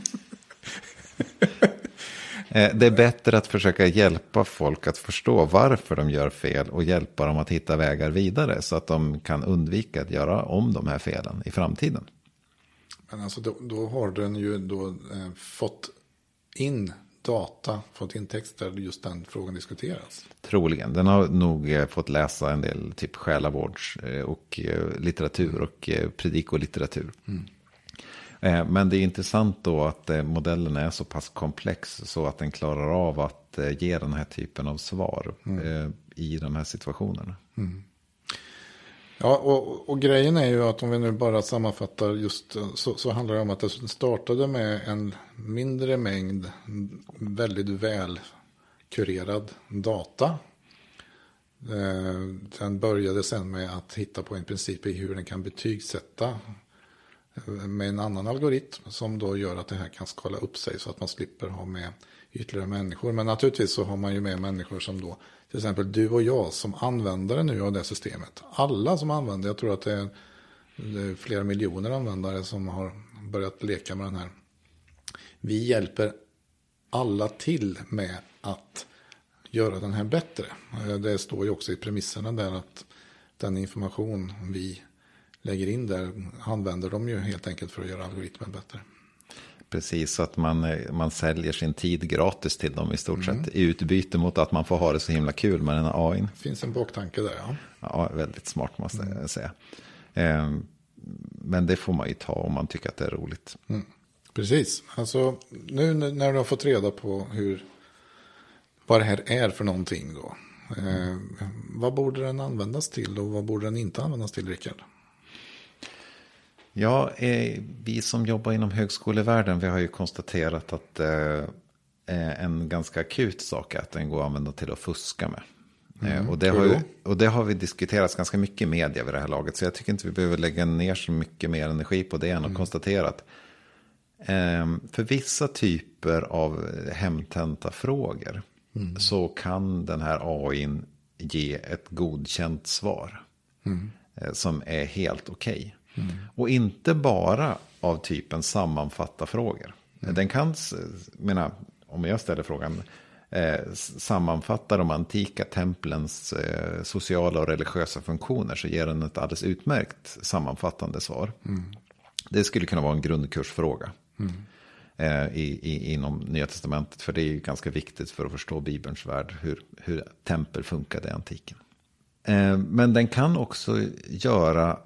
Det är bättre att försöka hjälpa folk att förstå varför de gör fel och hjälpa dem att hitta vägar vidare så att de kan undvika att göra om de här felen i framtiden. Men alltså då, då har den ju då eh, fått in data, fått in text där just den frågan diskuteras. Troligen. Den har nog eh, fått läsa en del typ själavårds eh, och eh, litteratur och eh, predikollitteratur. Mm. Men det är intressant då att modellen är så pass komplex så att den klarar av att ge den här typen av svar mm. i de här situationerna. Mm. Ja, och, och grejen är ju att om vi nu bara sammanfattar just så, så handlar det om att det startade med en mindre mängd väldigt väl kurerad data. Den började sen med att hitta på en princip i hur den kan betygsätta med en annan algoritm som då gör att det här kan skala upp sig så att man slipper ha med ytterligare människor. Men naturligtvis så har man ju med människor som då, till exempel du och jag som användare nu av det systemet. Alla som använder, jag tror att det är, det är flera miljoner användare som har börjat leka med den här. Vi hjälper alla till med att göra den här bättre. Det står ju också i premisserna där att den information vi lägger in där använder de ju helt enkelt för att göra algoritmen bättre. Precis, så att man, man säljer sin tid gratis till dem i stort mm. sett i utbyte mot att man får ha det så himla kul med den här A I:n. Det finns en baktanke där, ja. Ja, väldigt smart måste jag mm. säga. Eh, men det får man ju ta om man tycker att det är roligt. Mm. Precis, alltså nu när du har fått reda på hur, vad det här är för någonting då. Eh, vad borde den användas till och vad borde den inte användas till, Rickard? Ja, eh, vi som jobbar inom högskolevärlden, vi har ju konstaterat att eh, en ganska akut sak är att den går att använda till att fuska med. Mm, eh, och, det har ju, och det har vi diskuterat ganska mycket i media vid det här laget. Så jag tycker inte vi behöver lägga ner så mycket mer energi på det än att mm. konstatera att eh, för vissa typer av hemtentafrågor mm. så kan den här A I:n ge ett godkänt svar mm. eh, som är helt okej. Okay. Mm. Och inte bara av typen sammanfatta frågor. Mm. Den kan, menar, om jag ställer frågan, eh, sammanfatta de antika templens eh, sociala och religiösa funktioner, så ger den ett alldeles utmärkt sammanfattande svar. Mm. Det skulle kunna vara en grundkursfråga mm. eh, i, i, inom Nya testamentet, för det är ju ganska viktigt för att förstå Bibelns värld, hur, hur tempel funkade i antiken. Eh, men den kan också göra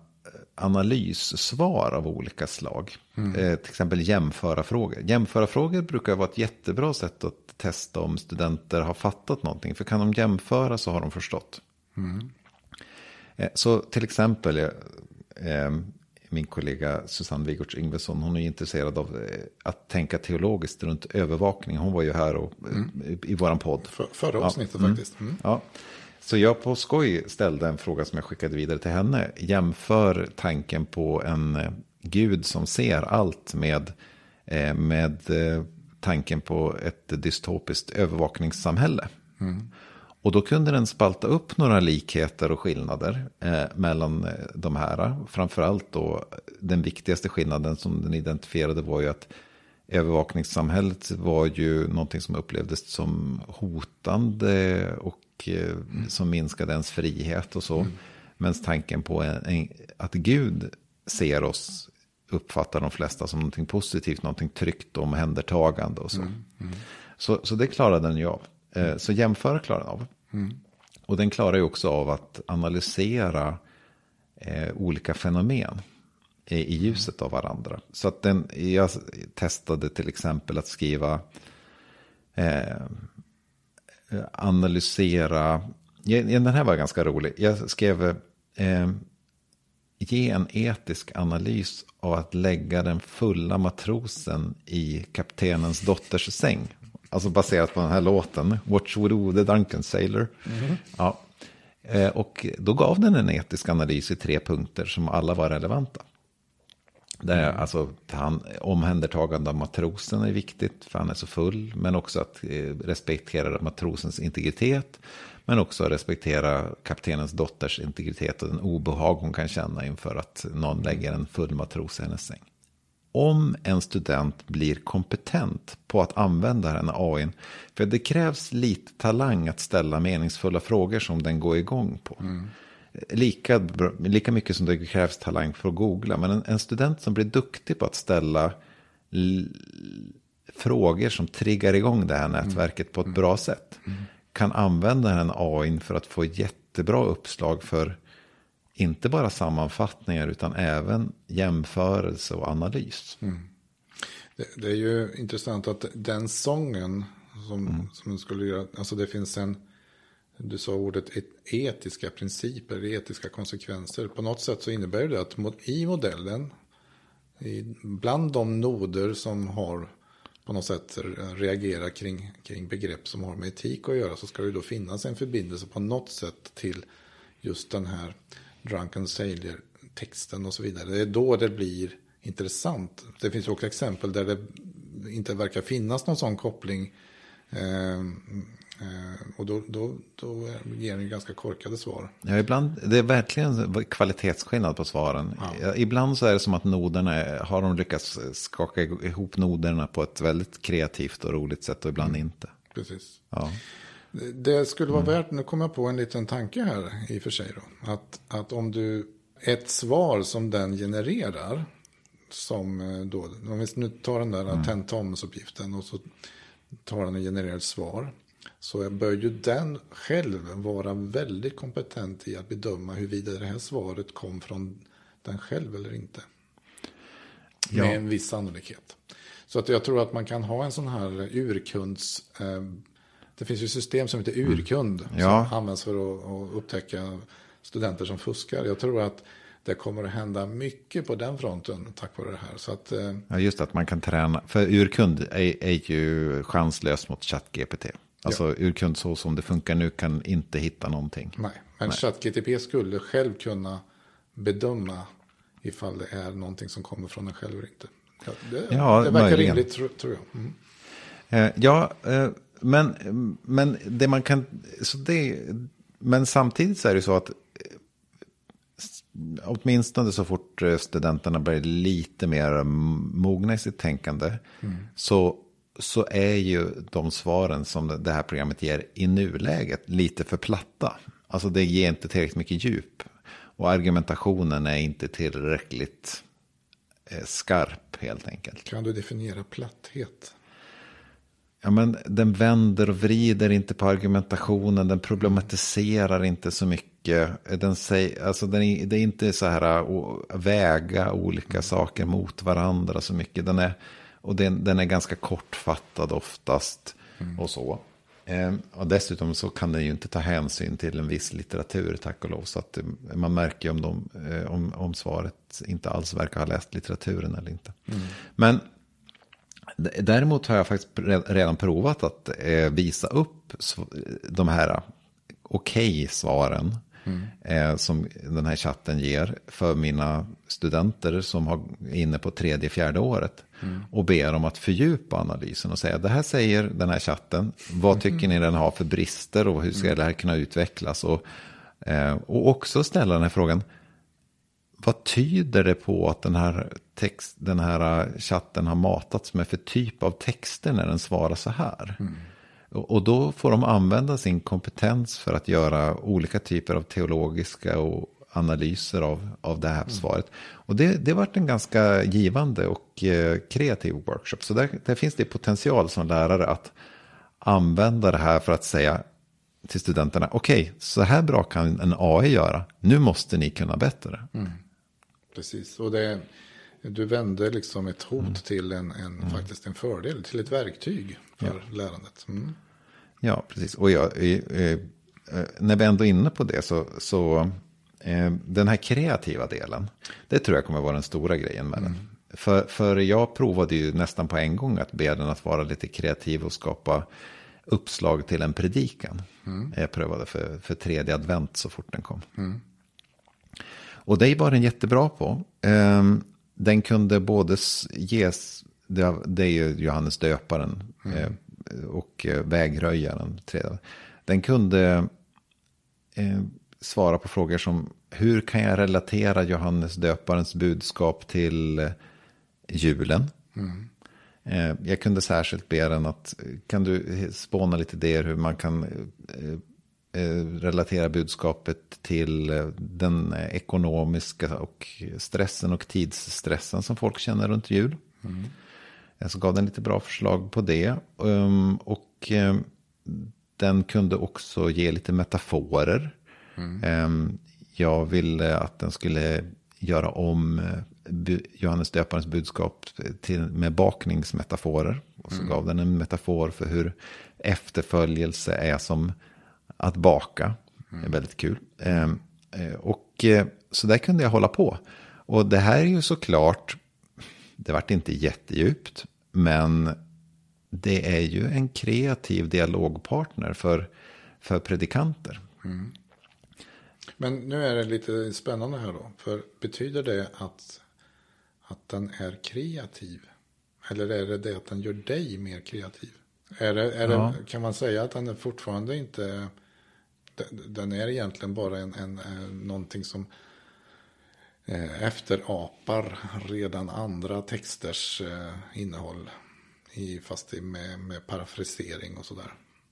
analyssvar av olika slag. Mm. Eh, till exempel jämföra frågor. Jämföra frågor brukar vara ett jättebra sätt att testa om studenter har fattat någonting. För kan de jämföra så har de förstått. Mm. Eh, så till exempel eh, min kollega Susanne Wigårds Ingvesson, hon är intresserad av eh, att tänka teologiskt runt övervakning. Hon var ju här och, mm. i, i våran podd. För, förra avsnittet ja. faktiskt. Mm. Ja. Så jag på skoj ställde en fråga som jag skickade vidare till henne. Jämför tanken på en gud som ser allt med, med tanken på ett dystopiskt övervakningssamhälle. Mm. Och då kunde den spalta upp några likheter och skillnader eh, mellan de här. Framförallt då den viktigaste skillnaden som den identifierade var ju att övervakningssamhället var ju någonting som upplevdes som hotande och Mm. som minskade ens frihet och så. Mm. Men tanken på en, en, att Gud ser oss, uppfattar de flesta som någonting positivt, någonting tryggt och omhändertagande och så. Mm. Mm. Så, så det klarar den ju av. Eh, så jämföra klarar den av. Mm. Och den klarar ju också av att analysera eh, olika fenomen i, i ljuset av varandra. Så att den, jag testade till exempel att skriva eh, analysera, den här var ganska rolig. Jag skrev eh, ge en etisk analys av att lägga den fulla matrosen i kaptenens dotters säng. Alltså baserat på den här låten Watch Would Do the Drunken Sailor. Mm-hmm. Ja. Eh, och då gav den en etisk analys i tre punkter som alla var relevanta. Det är alltså han, omhändertagande av matrosen är viktigt för han är så full. Men också att eh, respektera matrosens integritet. Men också respektera kaptenens dotters integritet och den obehag hon kan känna inför att någon lägger en full matros i hennes säng. Om en student blir kompetent på att använda den här A I:n. För det krävs lite talang att ställa meningsfulla frågor som den går igång på. Mm. Lika, lika mycket som det krävs talang för att googla. Men en, en student som blir duktig på att ställa l- frågor som triggar igång det här nätverket mm. på ett bra sätt. Mm. Kan använda den A I:n för att få jättebra uppslag för inte bara sammanfattningar utan även jämförelse och analys. Mm. Det, det är ju intressant att den sången som, mm. som skulle göra, alltså det finns en du sa ordet etiska principer, etiska konsekvenser. På något sätt så innebär det att i modellen, bland de noder som har på något sätt reagerar kring, kring begrepp som har med etik att göra, så ska det då finnas en förbindelse på något sätt till just den här Drunken Sailor-texten och så vidare. Det är då det blir intressant. Det finns också exempel där det inte verkar finnas någon sån koppling. Eh, eh, och då, då, då ger den ju ganska korkade svar. Ja, ibland, det är verkligen kvalitetsskillnad på svaren. Ja. Ibland så är det som att noderna, har de lyckats skaka ihop noderna på ett väldigt kreativt och roligt sätt och ibland mm. inte. Precis. Ja. Det skulle vara mm. värt, nu kommer jag på en liten tanke här i och för sig då. Att, att om du, ett svar som den genererar, som då, om vi nu tar den där mm. ten Thomas-uppgiften och så tar den och genererar ett svar, så bör ju den själv vara väldigt kompetent i att bedöma huruvida det här svaret kom från den själv eller inte. Ja. Med en viss sannolikhet. Så att jag tror att man kan ha en sån här urkunds... Eh, det finns ju system som heter urkund mm. ja. som används för att, att upptäcka studenter som fuskar. Jag tror att det kommer att hända mycket på den fronten tack vare det här. Så att, eh, ja, just att man kan träna. För urkund är, är ju chanslös mot ChatGPT. Alltså ja. urkund så som det funkar nu kan inte hitta någonting. Nej, men Nej. ChatGPT skulle själv kunna bedöma ifall det är någonting som kommer från en själv eller inte. Ja, det, ja, det verkar rimligt tror, tror jag. Mm. Eh, ja, eh, men, men det man kan... Så det, men samtidigt så är det så att åtminstone så fort studenterna blir lite mer mogna i sitt tänkande mm. så, så är ju de svaren som det här programmet ger i nuläget lite för platta. Alltså det ger inte tillräckligt mycket djup och argumentationen är inte tillräckligt eh, skarp helt enkelt. Kan du definiera platthet? Ja, men den vänder och vrider inte på argumentationen. Den problematiserar inte så mycket. Den säger, alltså den är, det är inte så här att väga olika saker mot varandra så mycket. Den är, och den, den är ganska kortfattad oftast mm. och så. Ehm, och dessutom så kan den ju inte ta hänsyn till en viss litteratur, tack och lov. Så att man märker om, de, om, om svaret inte alls verkar ha läst litteraturen eller inte. Mm. Men... Däremot har jag faktiskt redan provat att eh, visa upp de här okej-svaren mm. eh, som den här chatten ger för mina studenter som har inne på tredje, fjärde året mm. och ber om att fördjupa analysen och säga det här säger den här chatten, vad tycker mm. ni den har för brister och hur ska det här kunna utvecklas och, eh, och också ställa den här frågan, vad tyder det på att den här, text, den här chatten har matats med för typ av texter när den svarar så här? Mm. Och, och då får de använda sin kompetens för att göra olika typer av teologiska och analyser av, av det här mm. svaret. Och det, det har varit en ganska givande och eh, kreativ workshop. Så där, där finns det potential som lärare att använda det här för att säga till studenterna, okej, okay, så här bra kan en A I göra. Nu måste ni kunna bättre. Mm. Precis, och det, du vänder liksom ett hot mm. till en, en mm. faktiskt en fördel, till ett verktyg för ja. lärandet. Mm. Ja, precis. Och jag, eh, eh, när vi ändå är inne på det så, så eh, den här kreativa delen, det tror jag kommer vara den stora grejen med mm. den. För, för jag provade ju nästan på en gång att be den att vara lite kreativ och skapa uppslag till en predikan. Mm. Jag prövade för, för tredje advent så fort den kom. Mm. Och det var den jättebra på. Den kunde både ges, det är ju Johannes döparen mm. och vägröjaren. Den kunde svara på frågor som, hur kan jag relatera Johannes döparens budskap till julen? Mm. Jag kunde särskilt be den att, kan du spåna lite idéer hur man kan relatera budskapet till den ekonomiska och stressen och tidsstressen som folk känner runt jul. Mm. Så gav den lite bra förslag på det. Och den kunde också ge lite metaforer. Mm. Jag ville att den skulle göra om Johannes döparens budskap till, med bakningsmetaforer. Och så mm. gav den en metafor för hur efterföljelse är som att baka. Det är väldigt kul. Eh, och eh, så där kunde jag hålla på. Och det här är ju såklart, det vart inte jättedjupt, men det är ju en kreativ dialogpartner för, för predikanter. Mm. Men nu är det lite spännande här då. För betyder det att, att den är kreativ? Eller är det det att den gör dig mer kreativ? Är det, är ja. det, kan man säga att den är fortfarande inte... Den är egentligen bara en, en, en, någonting som eh, efterapar redan andra texters eh, innehåll. I, fast med, med parafrasering och sådär.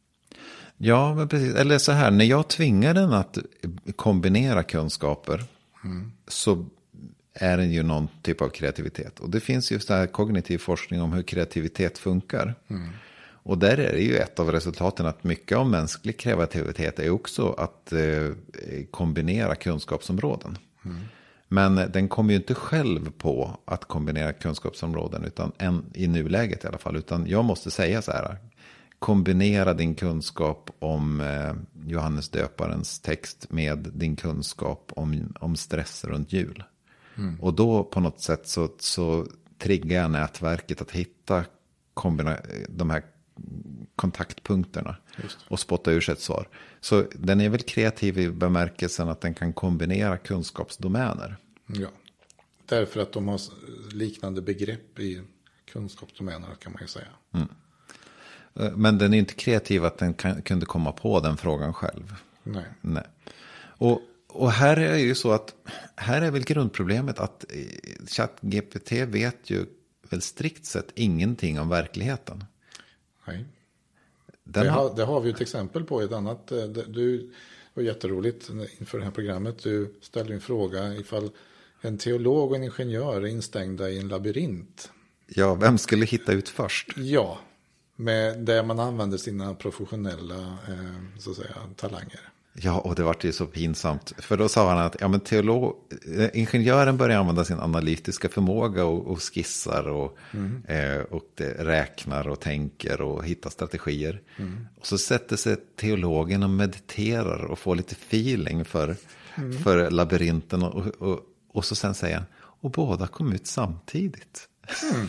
Ja, men precis. Eller så här, när jag tvingar den att kombinera kunskaper mm. så är den ju någon typ av kreativitet. Och det finns ju så här kognitiv forskning om hur kreativitet funkar. Mm. Och där är det ju ett av resultaten att mycket av mänsklig kreativitet är också att eh, kombinera kunskapsområden. Mm. Men den kommer ju inte själv på att kombinera kunskapsområden utan en, i nuläget i alla fall. Utan jag måste säga så här, kombinera din kunskap om eh, Johannes döparens text med din kunskap om, om stress runt jul. Mm. Och då på något sätt så, så triggar jag nätverket att hitta kombina- de här kontaktpunkterna och spotta ur sig ett svar. Så den är väl kreativ i bemärkelsen att den kan kombinera kunskapsdomäner. Ja, därför att de har liknande begrepp i kunskapsdomäner kan man ju säga. Mm. Men den är inte kreativ att den kan, kunde komma på den frågan själv. Nej. Nej. Och, och här är det ju så att här är väl grundproblemet att ChatGPT vet ju väl strikt sett ingenting om verkligheten. Nej. Det har, det har vi ett exempel på i ett annat. Du var jätteroligt inför det här programmet. Du ställde en fråga ifall en teolog och en ingenjör är instängda i en labyrint. Ja, vem skulle hitta ut först? Ja, med där man använder sina professionella eh, så att säga, talanger. Ja, och det var ju så pinsamt. För då sa han att ja, men teolog, ingenjören börjar använda sin analytiska förmåga och, och skissar och, mm. eh, och det räknar och tänker och hittar strategier. Mm. Och så sätter sig teologen och mediterar och får lite feeling för, mm. för labyrinten. Och, och, och så sen säger han, och båda kom ut samtidigt. Mm.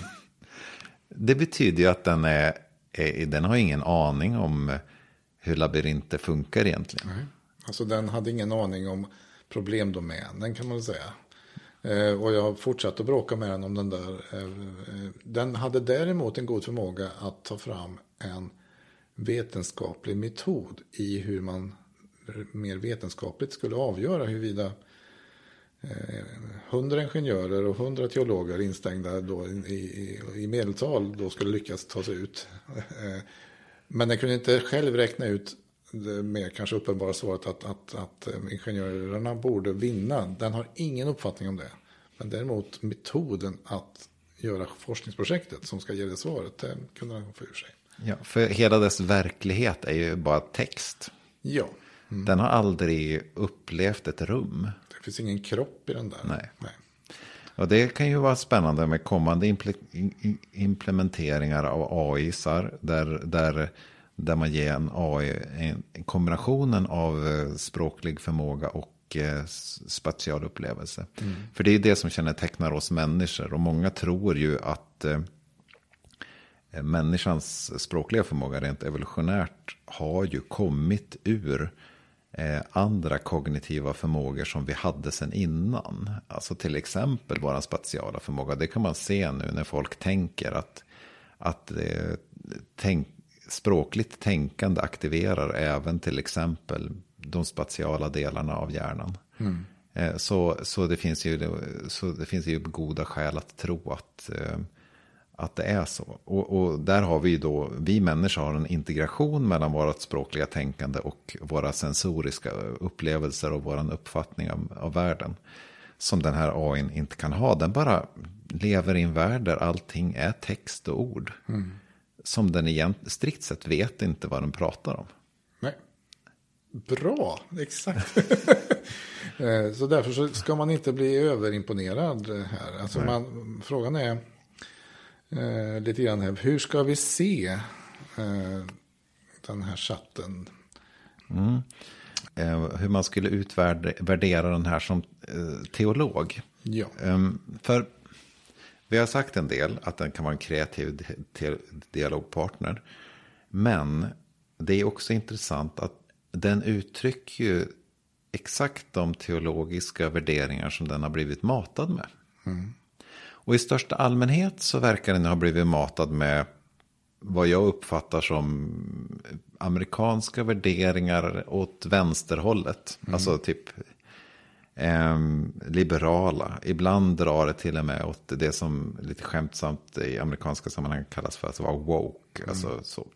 Det betyder ju att den, är, är, den har ingen aning om hur labyrinter funkar egentligen. Mm. Alltså den hade ingen aning om problemdomänen kan man säga. Eh, och jag har fortsatt att bråka med den om den där. Eh, den hade däremot en god förmåga att ta fram en vetenskaplig metod i hur man mer vetenskapligt skulle avgöra huruvida hundra ingenjörer och hundra teologer instängda då i, i, i medeltal då skulle lyckas ta sig ut. Eh, men den kunde inte själv räkna ut det mer kanske uppenbara svaret att, att, att ingenjörerna borde vinna. Den har ingen uppfattning om det. Men däremot metoden att göra forskningsprojektet som ska ge det svaret, det kunde den få ur sig. Ja, för hela dess verklighet är ju bara text. Ja. Mm. Den har aldrig upplevt ett rum. Det finns ingen kropp i den där. Nej. Nej. Och det kan ju vara spännande med kommande imple- implementeringar av A I-sar där, där Där man ger en A I en kombinationen av språklig förmåga och spatial upplevelse. Mm. För det är det som kännetecknar oss människor. Och många tror ju att eh, människans språkliga förmåga rent evolutionärt har ju kommit ur eh, andra kognitiva förmågor som vi hade sedan innan. Alltså till exempel vår spatiala förmåga. Det kan man se nu när folk tänker att, att eh, tänk språkligt tänkande aktiverar även till exempel de spatiala delarna av hjärnan. Mm. Så, så, det finns ju, så det finns ju goda skäl att tro att, att det är så. Och, och där har vi då, vi människor har en integration mellan vårt språkliga tänkande och våra sensoriska upplevelser och vår uppfattning av, av världen. Som den här A I inte kan ha. Den bara lever i en värld där allting är text och ord. Mm. Som den egentligen strikt sett vet inte vad den pratar om. Nej. Bra, exakt. Så därför så ska man inte bli överimponerad här. Alltså man, frågan är eh, lite grann här, hur ska vi se eh, den här chatten Mm. Eh, hur man skulle utvärdera den här som eh, teolog. Ja. Um, för vi har sagt en del att den kan vara en kreativ di- dialogpartner. Men det är också intressant att den uttrycker ju exakt de teologiska värderingar som den har blivit matad med. Mm. Och i största allmänhet så verkar den ha blivit matad med vad jag uppfattar som amerikanska värderingar åt vänsterhållet. Mm. Alltså typ eh, liberala. Ibland drar det till och med åt det som lite skämtsamt i amerikanska sammanhang kallas för att vara woke. Mm. Alltså så.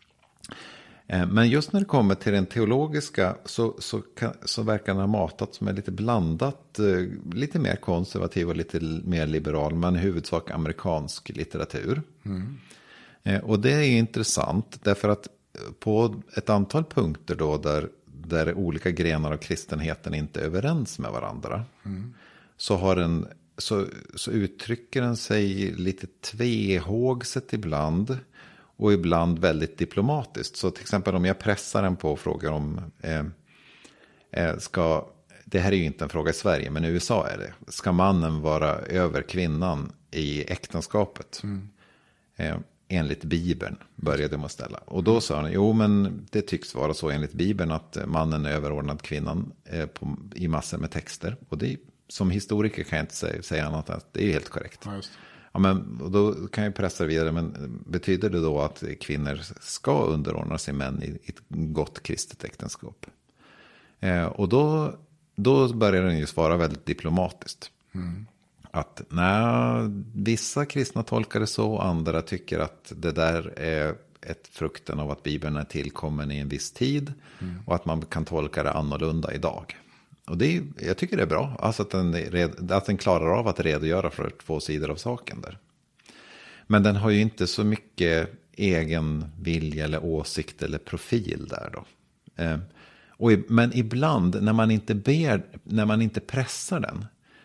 Men just när det kommer till den teologiska så, så, kan, så verkar den ha matat med lite blandat, lite mer konservativ och lite mer liberal, men i huvudsak amerikansk litteratur. Mm. Och det är intressant därför att på ett antal punkter då där, där olika grenar av kristenheten inte är överens med varandra mm. så, har den, så, så uttrycker den sig lite tvehågset ibland. Och ibland väldigt diplomatiskt. Så till exempel om jag pressar den på frågor om... Eh, eh, ska, det här är ju inte en fråga i Sverige, men i U S A är det. Ska mannen vara över kvinnan i äktenskapet? Mm. Eh, enligt Bibeln började man ställa. Och då sa han, jo men det tycks vara så enligt Bibeln att mannen är överordnad kvinnan eh, på, i massor med texter. Och det, som historiker kan jag inte säga, säga annat än att det är helt korrekt. Ja, just det. Ja, men och då kan jag pressa vidare, men betyder det då att kvinnor ska underordna sig män i ett gott kristet äktenskap? Eh, och då, då börjar den ju svara väldigt diplomatiskt. Mm. Att nej, vissa kristna tolkar det så, andra tycker att det där är ett frukten av att Bibeln är tillkommen i en viss tid mm. och att man kan tolka det annorlunda idag. Och det är, jag tycker det är bra, alltså att den, red, att den klarar av att redogöra för två sidor av saken där. Men den har ju inte så mycket egen vilja eller åsikt eller profil där då. Eh, och, men ibland när man inte ber, när man inte pressar den,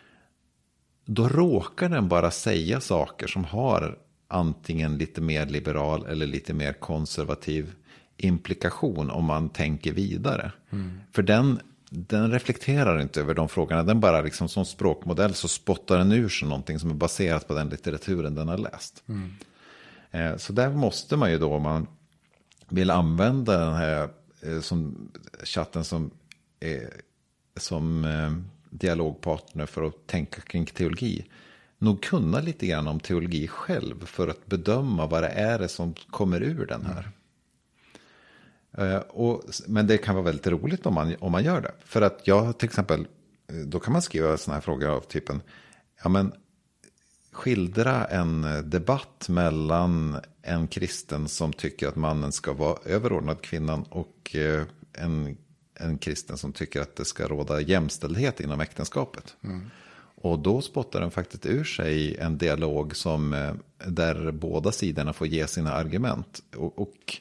då råkar den bara säga saker som har antingen lite mer liberal eller lite mer konservativ implikation om man tänker vidare. Mm. För den... Den reflekterar inte över de frågorna. Den bara liksom som språkmodell så spottar den ur sig någonting som är baserat på den litteraturen den har läst. Mm. Eh, så där måste man ju då, om man vill använda den här eh, som chatten som, eh, som eh, dialogpartner för att tänka kring teologi, nog kunna lite grann om teologi själv för att bedöma vad det är det som kommer ur den här. Mm. Uh, och, men det kan vara väldigt roligt om man, om man gör det. För att jag till exempel, då kan man skriva såna här frågor av typen, ja men skildra en debatt mellan en kristen som tycker att mannen ska vara överordnad kvinnan och uh, en, en kristen som tycker att det ska råda jämställdhet inom äktenskapet. Mm. Och då spottar den faktiskt ur sig en dialog som, uh, där båda sidorna får ge sina argument. Och, och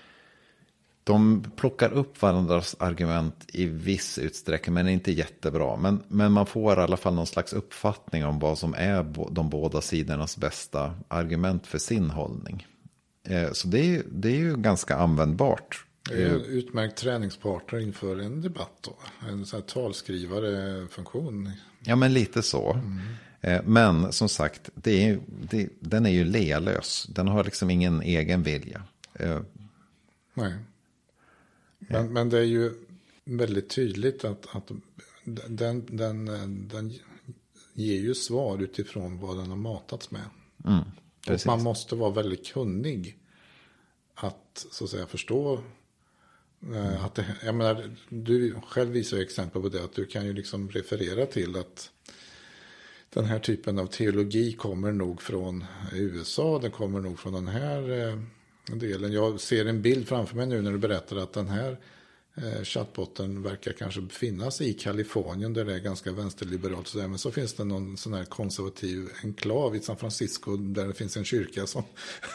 de plockar upp varandras argument i viss utsträckning, men inte jättebra. Men, men man får i alla fall någon slags uppfattning om vad som är de båda sidornas bästa argument för sin hållning. Eh, så det är, det är ju ganska användbart. Det är en utmärkt träningspartner inför en debatt då. En sån här talskrivare-funktion. Ja, men lite så. Mm. Eh, men som sagt, det är, det, den är ju lealös. Den har liksom ingen egen vilja. Eh, Nej. Men, men det är ju väldigt tydligt att, att den, den, den ger ju svar utifrån vad den har matats med. Mm, och man måste vara väldigt kunnig att så att säga förstå. Mm. Att det, jag menar, du själv visar exempel på det, att du kan ju liksom referera till att den här typen av teologi kommer nog från U S A, den kommer nog från den här eh, delen. Jag ser en bild framför mig nu när du berättar att den här eh, chattbotten verkar kanske befinnas i Kalifornien där det är ganska vänsterliberalt. Så där. Men så finns det någon sån här konservativ enklav i San Francisco där det finns en kyrka som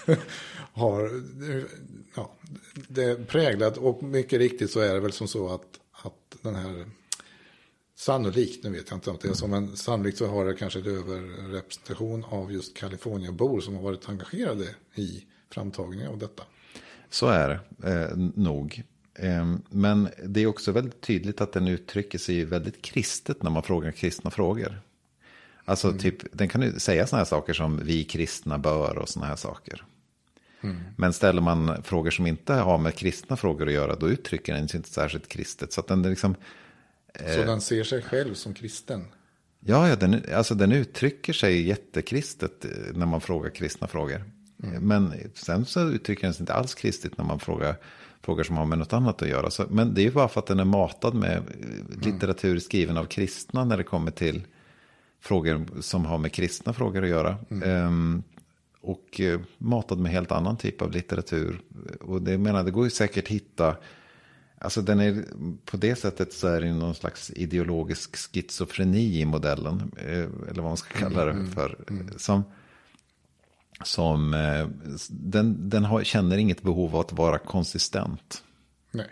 har ja, det är präglat, och mycket riktigt så är det väl som så att, att den här sannolikt, nu vet jag inte om det är så, men sannolikt så har det kanske en överrepresentation av just Kaliforniabor som har varit engagerade i framtagningen av detta. Så är det eh, nog. Men det är också väldigt tydligt att den uttrycker sig väldigt kristet när man frågar kristna frågor. Alltså mm. typ, den kan ju säga såna här saker som vi kristna bör och såna här saker. Mm. Men ställer man frågor som inte har med kristna frågor att göra, då uttrycker den sig inte särskilt kristet. Så att den liksom... Eh, så den ser sig själv som kristen? Ja, ja den, alltså den uttrycker sig jättekristet när man frågar kristna frågor. Mm. Men sen så uttrycker den sig inte alls kristet när man frågar frågor som har med något annat att göra. Så, men det är ju bara för att den är matad med litteratur skriven av kristna när det kommer till frågor som har med kristna frågor att göra. Mm. Um, och uh, matad med helt annan typ av litteratur. Och det menar, det går ju säkert hitta... Alltså den är, på det sättet så är det någon slags ideologisk schizofreni i modellen. Eller vad man ska kalla det för. Mm. Mm. Som... Som, eh, den den har, känner inget behov av att vara konsistent. Nej.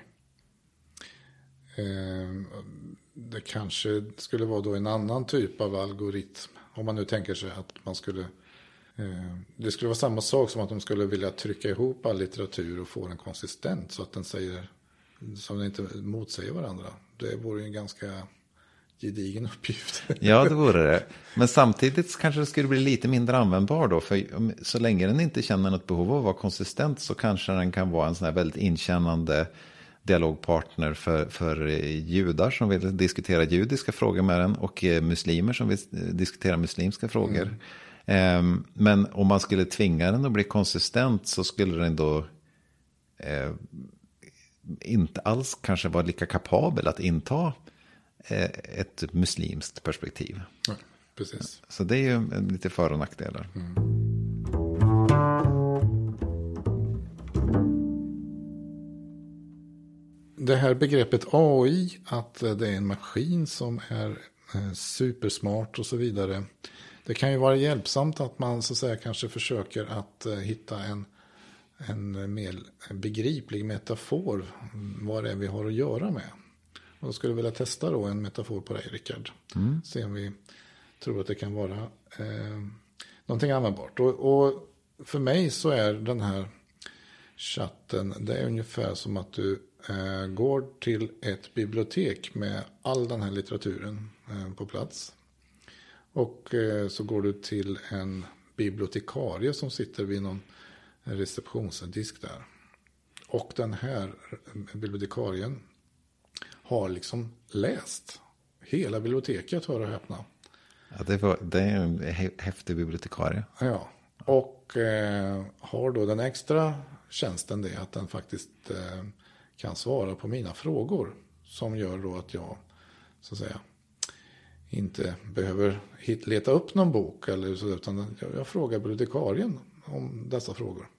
Eh, det kanske skulle vara då en annan typ av algoritm. Om man nu tänker sig att man skulle... Eh, det skulle vara samma sak som att de skulle vilja trycka ihop all litteratur och få den konsistent. Så att den säger, som den inte motsäger varandra. Det vore en ganska... gedigen uppgift. Ja, det vore det. Men samtidigt kanske det skulle bli lite mindre användbar då. För så länge den inte känner något behov av att vara konsistent så kanske den kan vara en sån här väldigt inkännande dialogpartner för, för judar som vill diskutera judiska frågor med den och muslimer som vill diskutera muslimska frågor. Mm. Men om man skulle tvinga den att bli konsistent så skulle den då eh, inte alls kanske vara lika kapabel att inta ett muslimskt perspektiv. Ja, precis. Så det är ju lite för- och nackdelar. Mm. Det här begreppet A I, att det är en maskin som är supersmart och så vidare. Det kan ju vara hjälpsamt att man så att säga kanske försöker att hitta en, en mer begriplig metafor vad det är vi har att göra med. Och då skulle jag vilja testa då en metafor på dig, Rickard. Mm. Se om vi tror att det kan vara eh, någonting användbart. Och, och för mig så är den här chatten, det är ungefär som att du eh, går till ett bibliotek med all den här litteraturen eh, på plats. Och eh, så går du till en bibliotekarie som sitter vid någon receptionsdisk där. Och den här bibliotekarien har liksom läst hela biblioteket, hör och häpna. Ja, det, var, det är en häftig bibliotekarie. Ja, och eh, har då den extra tjänsten det att den faktiskt eh, kan svara på mina frågor. Som gör då att jag, så att säga, inte behöver hit, leta upp någon bok eller så, utan jag, jag frågar bibliotekarien om dessa frågor.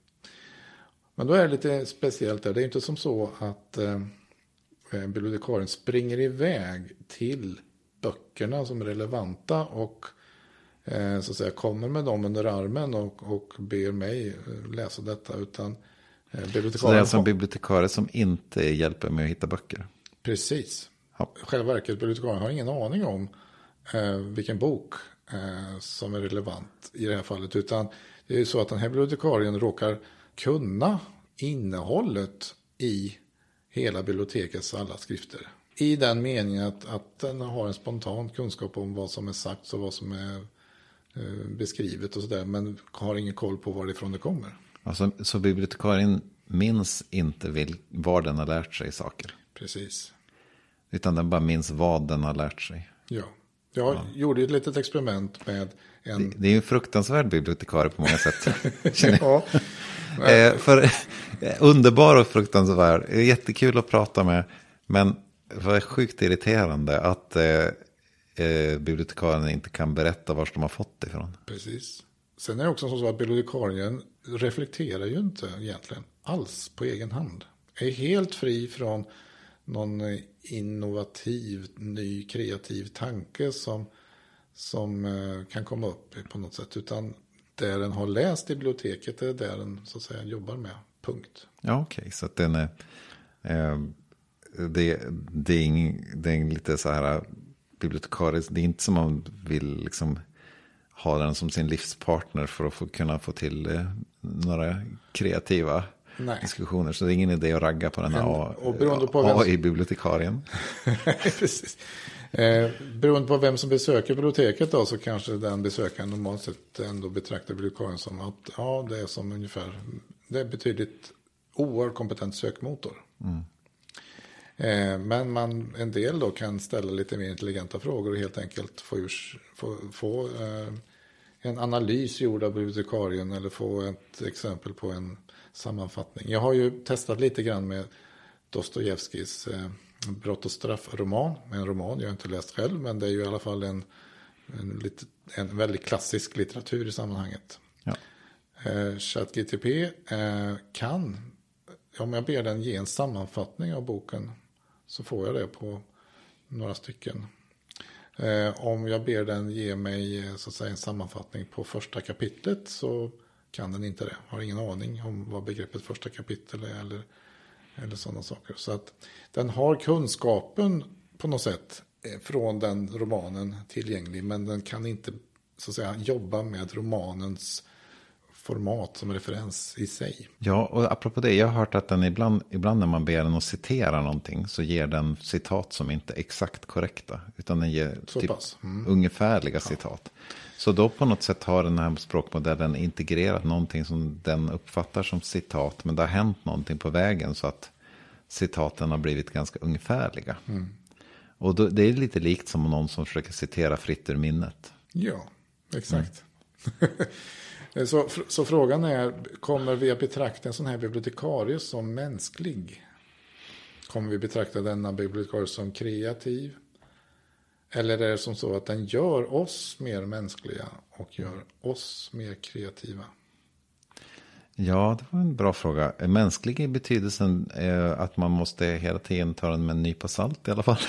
Men då är det lite speciellt där. Det är inte som så att... Eh, bibliotekarien springer iväg till böckerna som är relevanta och eh, så att säga kommer med dem under armen och, och ber mig läsa detta, utan eh, bibliotekarien... Så det är alltså en bibliotekarie som inte hjälper med att hitta böcker? Precis. Ja. Själva verket, bibliotekarien har ingen aning om eh, vilken bok eh, som är relevant i det här fallet, utan det är ju så att den här bibliotekarien råkar kunna innehållet i hela bibliotekets alla skrifter. I den meningen att, att den har en spontan kunskap om vad som är sagt och vad som är eh, beskrivet och sådär. Men har ingen koll på varifrån det kommer. Alltså, så bibliotekarien minns inte vil, var den har lärt sig saker? Precis. Utan den bara minns vad den har lärt sig? Ja. Jag ja. gjorde ett litet experiment med en... Det, det är ju en fruktansvärd bibliotekarie på många sätt. Ja. Eh, för eh, underbar och fruktansvärd. Jättekul att prata med. Men det var sjukt irriterande att eh, eh, bibliotekarien inte kan berätta var de har fått det ifrån. Precis. Sen är det också så att bibliotekarien reflekterar ju inte egentligen alls på egen hand. Är helt fri från någon innovativ, ny, kreativ tanke som, som eh, kan komma upp på något sätt. Utan där den har läst i biblioteket, det är där den så att säga jobbar med, punkt. Ja, okej. Okay. Så att den är, eh, det, det, är ing, det är lite så här bibliotekarie, det är inte som man vill liksom ha den som sin livspartner för att få, kunna få till eh, några kreativa Nej. diskussioner. Så det är ingen idé att ragga på den här A I-bibliotekarien. Precis. Eh, beroende på vem som besöker biblioteket då, så kanske den besökaren normalt sett ändå betraktar bibliotekarien som att ja, det är som ungefär, det är betydligt oerhört kompetent sökmotor. Mm. Eh, men man, en del då kan ställa lite mer intelligenta frågor och helt enkelt få, ur, få, få eh, en analys gjord av bibliotekarien eller få ett exempel på en sammanfattning. Jag har ju testat lite grann med Dostojevskijs eh, Brott och straff-roman. En roman jag har inte läst själv, men det är ju i alla fall en, en, lite, en väldigt klassisk litteratur i sammanhanget. Ja. Eh, ChatGTP eh, kan, om jag ber den ge en sammanfattning av boken, så får jag det på några stycken. Eh, om jag ber den ge mig så att säga, en sammanfattning på första kapitlet, så kan den inte det. Har ingen aning om vad begreppet första kapitel är eller, eller sådana saker. Så att den har kunskapen på något sätt från den romanen tillgänglig, men den kan inte så att säga jobba med romanens format som referens i sig. Ja, och apropå det, jag har hört att den ibland, ibland när man ber den att citera någonting så ger den citat som inte är exakt korrekta, utan den ger typ mm. ungefärliga ja. citat. Så då på något sätt har den här språkmodellen integrerat någonting som den uppfattar som citat, men det har hänt någonting på vägen så att citaten har blivit ganska ungefärliga. Mm. Och då, det är lite likt som någon som försöker citera fritt ur minnet. Ja, exakt. Mm. så, så frågan är, kommer vi att betrakta en sån här bibliotekarie som mänsklig? Kommer vi betrakta denna bibliotekarie som kreativ? Eller är det som så att den gör oss mer mänskliga och gör oss mer kreativa? Ja, det var en bra fråga. Mänsklig i betydelsen är att man måste hela tiden ta den med en nypa salt i alla fall.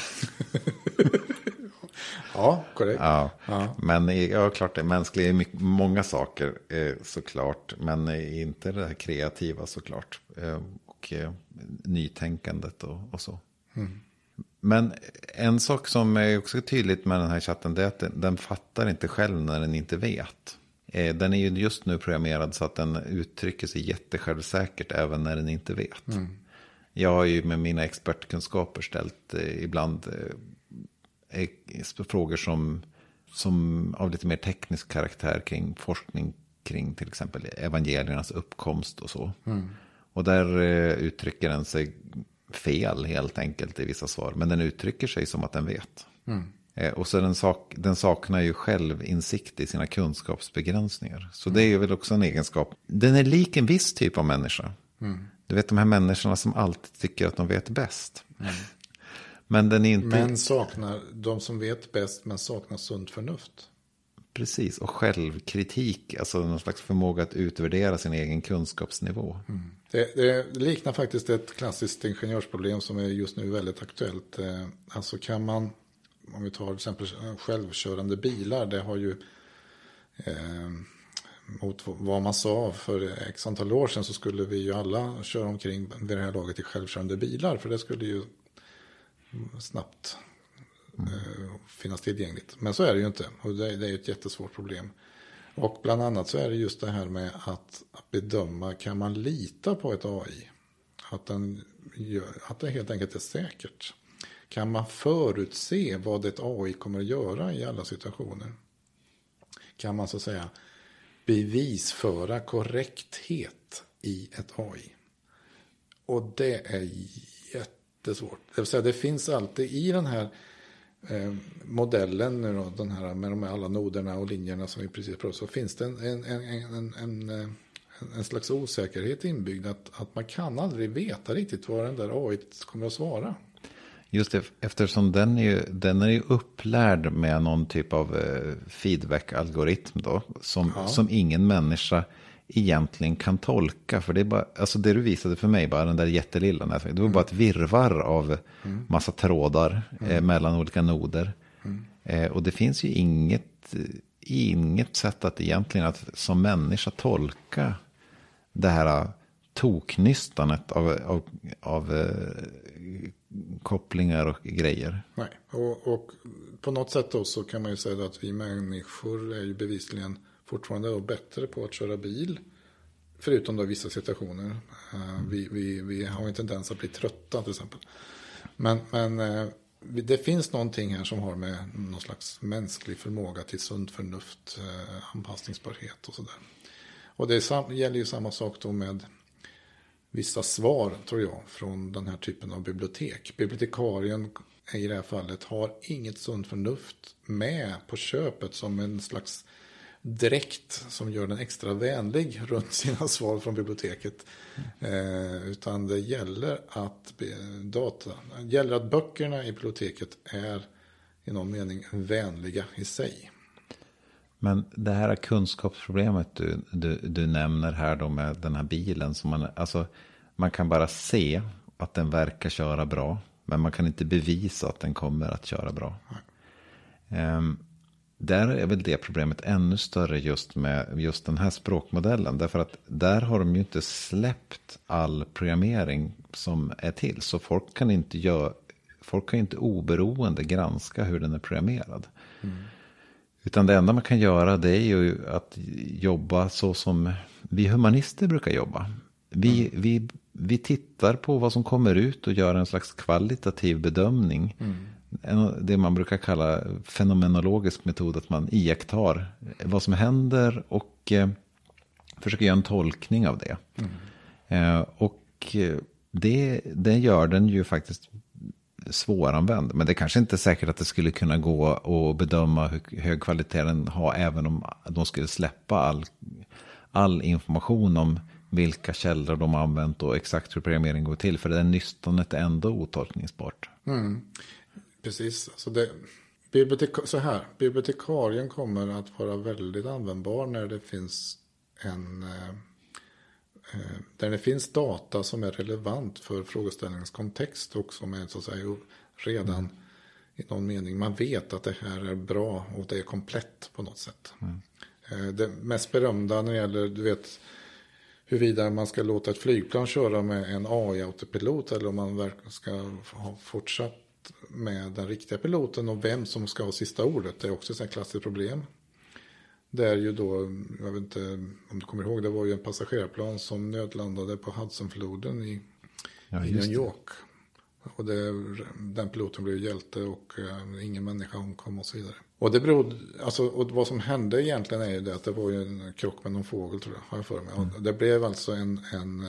Ja, korrekt. Ja, ja. Men ja, klart det. Mänsklig är mycket, många saker såklart. Men inte det här kreativa såklart. Och nytänkandet och, och så. Mm. Men en sak som är också tydligt med den här chatten, det är att den, den fattar inte själv när den inte vet. Eh, den är ju just nu programmerad så att den uttrycker sig jättesjälvsäkert även när den inte vet. Mm. Jag har ju med mina expertkunskaper ställt eh, ibland eh, frågor som, som av lite mer teknisk karaktär kring forskning kring till exempel evangeliernas uppkomst och så. Mm. Och där eh, uttrycker den sig fel helt enkelt i vissa svar. Men den uttrycker sig som att den vet. Mm. Eh, och så den, sak, den saknar ju själv insikt i sina kunskapsbegränsningar. Så mm. det är ju väl också en egenskap. Den är lik en viss typ av människa. Mm. Du vet de här människorna som alltid tycker att de vet bäst. Mm. Men den är inte... Men saknar, de som vet bäst men saknar sunt förnuft. Precis, och självkritik. Alltså någon slags förmåga att utvärdera sin egen kunskapsnivå. Mm. Det, det liknar faktiskt ett klassiskt ingenjörsproblem som är just nu väldigt aktuellt. Alltså kan man, om vi tar till exempel självkörande bilar, det har ju eh, mot vad man sa för x antal år sedan så skulle vi ju alla köra omkring vid det här laget i självkörande bilar, för det skulle ju snabbt eh, finnas tillgängligt. Men så är det ju inte, och det, det är ju ett jättesvårt problem. Och bland annat så är det just det här med att, att bedöma, kan man lita på ett A I? Att, den gör, att det helt enkelt är säkert. Kan man förutse vad ett A I kommer att göra i alla situationer? Kan man så att säga bevisföra korrekthet i ett A I? Och det är jättesvårt. Det vill säga det finns alltid i den här Eh, modellen nu då, den här med de här alla noderna och linjerna som vi precis pratade, så finns det en, en, en, en, en, en slags osäkerhet inbyggd att, att man kan aldrig veta riktigt vad den där A I kommer att svara. Just det, eftersom den är ju, den är ju upplärd med någon typ av eh, feedback-algoritm då, som, ja. som ingen människa egentligen kan tolka. För det är bara, alltså det du visade för mig, bara den där jättelilla, det var mm. bara ett virvar av mm. massa trådar mm. eh, mellan olika noder. Mm. Eh, och det finns ju inget, inget sätt att egentligen att som människa tolka det här toknystanet av, av, av eh, kopplingar och grejer. Nej, och, och på något sätt då så kan man ju säga att vi människor är ju bevisligen fortfarande bättre på att köra bil Förutom då vissa situationer. Uh, vi, vi, vi har en tendens att bli trötta till exempel. Men, men uh, det finns någonting här som har med någon slags mänsklig förmåga till sunt förnuft, uh, anpassningsbarhet och sådär. Och det är sam- gäller ju samma sak då med vissa svar, tror jag, från den här typen av bibliotek. Bibliotekarien i det här fallet har inget sunt förnuft med på köpet som en slags dräkt som gör den extra vänlig runt sina svar från biblioteket. Mm. Eh, utan det gäller att data, det gäller att böckerna i biblioteket är i någon mening vänliga i sig. Men det här kunskapsproblemet du, du, du nämner här då med den här bilen. Som man, alltså, man kan bara se att den verkar köra bra. Men man kan inte bevisa att den kommer att köra bra. Um, där är väl det problemet ännu större just med just den här språkmodellen. Därför att där har de ju inte släppt all programmering som är till. Så folk kan inte, göra, folk kan inte oberoende granska hur den är programmerad. Mm. Utan det enda man kan göra det är ju att jobba så som vi humanister brukar jobba. Vi, mm. vi, vi tittar på vad som kommer ut och gör en slags kvalitativ bedömning. Mm. Det man brukar kalla fenomenologisk metod, att man iakttar vad som händer och eh, försöker göra en tolkning av det. Mm. Eh, och det, det gör den ju faktiskt svåranvänd. Men det kanske inte är säkert att det skulle kunna gå att bedöma hur hög kvalitet den har även om de skulle släppa all, all information om vilka källor de har använt och exakt hur programmering går till. För det är nystanet ändå otolkningsbart. Mm. Precis. Alltså det, biblioteka- så här, bibliotekarien kommer att vara väldigt användbar när det finns en eh, där det finns data som är relevant för frågeställningens kontext och som är så att säga redan mm. i någon mening. Man vet att det här är bra och det är komplett på något sätt. Mm. Det mest berömda när det gäller, du vet, huruvida man ska låta ett flygplan köra med en A I-autopilot eller om man ska ha fortsatt med den riktiga piloten och vem som ska ha sista ordet. Det är också ett klassiskt problem. Det är ju då, jag vet inte om du kommer ihåg, det var ju en passagerarplan som nödlandade på Hudsonfloden i, ja, i New York. Och det, den piloten blev hjälte och uh, ingen människa omkom och så vidare. Och det berodde, alltså, och vad som hände egentligen är ju det att det var ju en krock med någon fågel, tror jag, har jag för mig. Mm. Och det blev alltså en, en,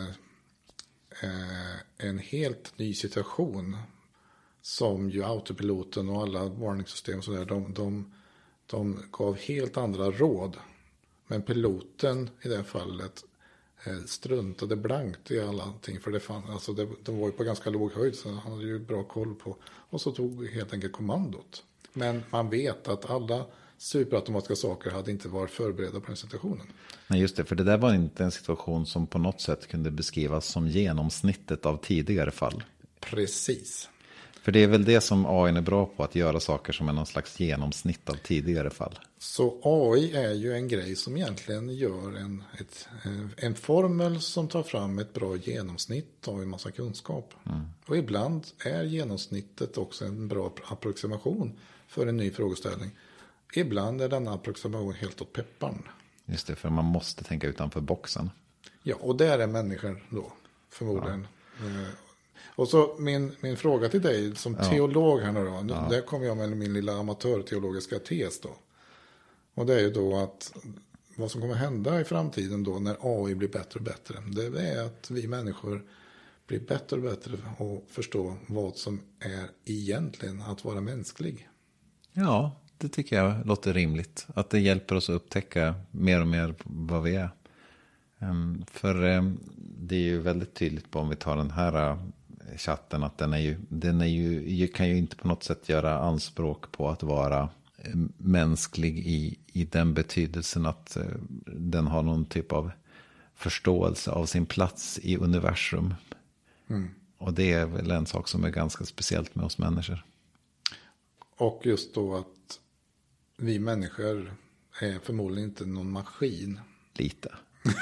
uh, en helt ny situation som ju autopiloten och alla varningssystem och sådär, de, de, de gav helt andra råd. Men piloten i det här fallet eh, struntade blankt i allting. För det, fann, alltså det, de var ju på ganska låg höjd så han hade ju bra koll på. Och så tog helt enkelt kommandot. Men man vet att alla superautomatiska saker hade inte varit förberedda på den situationen. Nej, just det, för det där var inte en situation som på något sätt kunde beskrivas som genomsnittet av tidigare fall. Precis. För det är väl det som A I är bra på, att göra saker som är någon slags genomsnitt av tidigare fall. Så A I är ju en grej som egentligen gör en, ett, en formel som tar fram ett bra genomsnitt av en massa kunskap. Mm. Och ibland är genomsnittet också en bra approximation för en ny frågeställning. Ibland är denna approximation helt åt pepparn. Just det, för man måste tänka utanför boxen. Ja, och där är människor då, förmodligen. Ja. Och så min, min fråga till dig som ja. teolog här nu då. Ja. Där kommer jag med min lilla amatörteologiska tes då. Och det är ju då att vad som kommer hända i framtiden då när A I blir bättre och bättre. Det är att vi människor blir bättre och bättre och förstå vad som är egentligen att vara mänsklig. Ja, det tycker jag låter rimligt. Att det hjälper oss att upptäcka mer och mer vad vi är. Um, för um, det är ju väldigt tydligt på om vi tar den här uh, chatten att den är ju, den är ju, kan ju inte på något sätt göra anspråk på att vara uh, mänsklig i, i den betydelsen att uh, den har någon typ av förståelse av sin plats i universum. Mm. Och det är väl en sak som är ganska speciellt med oss människor. Och just då att vi människor är förmodligen inte någon maskin. Lite.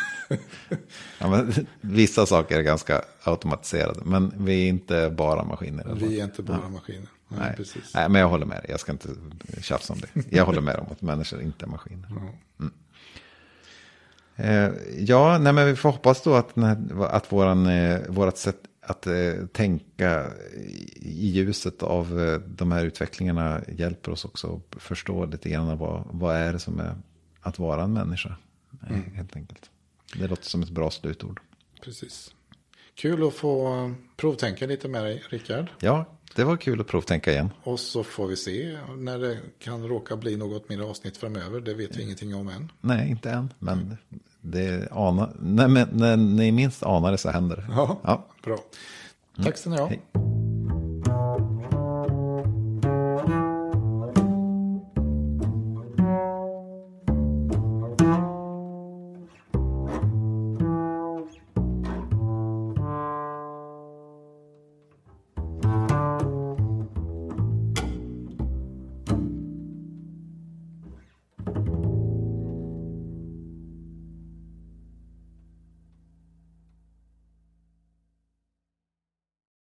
Ja, men vissa saker är ganska automatiserade, men vi är inte bara maskiner. Vi är inte bara ja. maskiner. Nej, Nej. Precis. Nej, men jag håller med. Jag ska inte tjafsa om det. Jag håller med om att människor inte är maskiner. Mm. Eh, ja, nej, men vi får hoppas då att, att våran, eh, vårat sätt att eh, tänka i ljuset av eh, de här utvecklingarna hjälper oss också att förstå lite grann vad, vad är det som är att vara en människa. Eh, mm. Helt enkelt. Det låter som ett bra slutord. Precis. Kul att få provtänka lite med dig, Rickard. Ja, det var kul att provtänka igen. Och så får vi se när det kan råka bli något mer avsnitt framöver. Det vet vi ingenting om än. Nej, inte än. Men mm. det ana, när, när, när ni minst anar det så händer det. Ja, ja. Bra. Tack ska ni ha. Hej.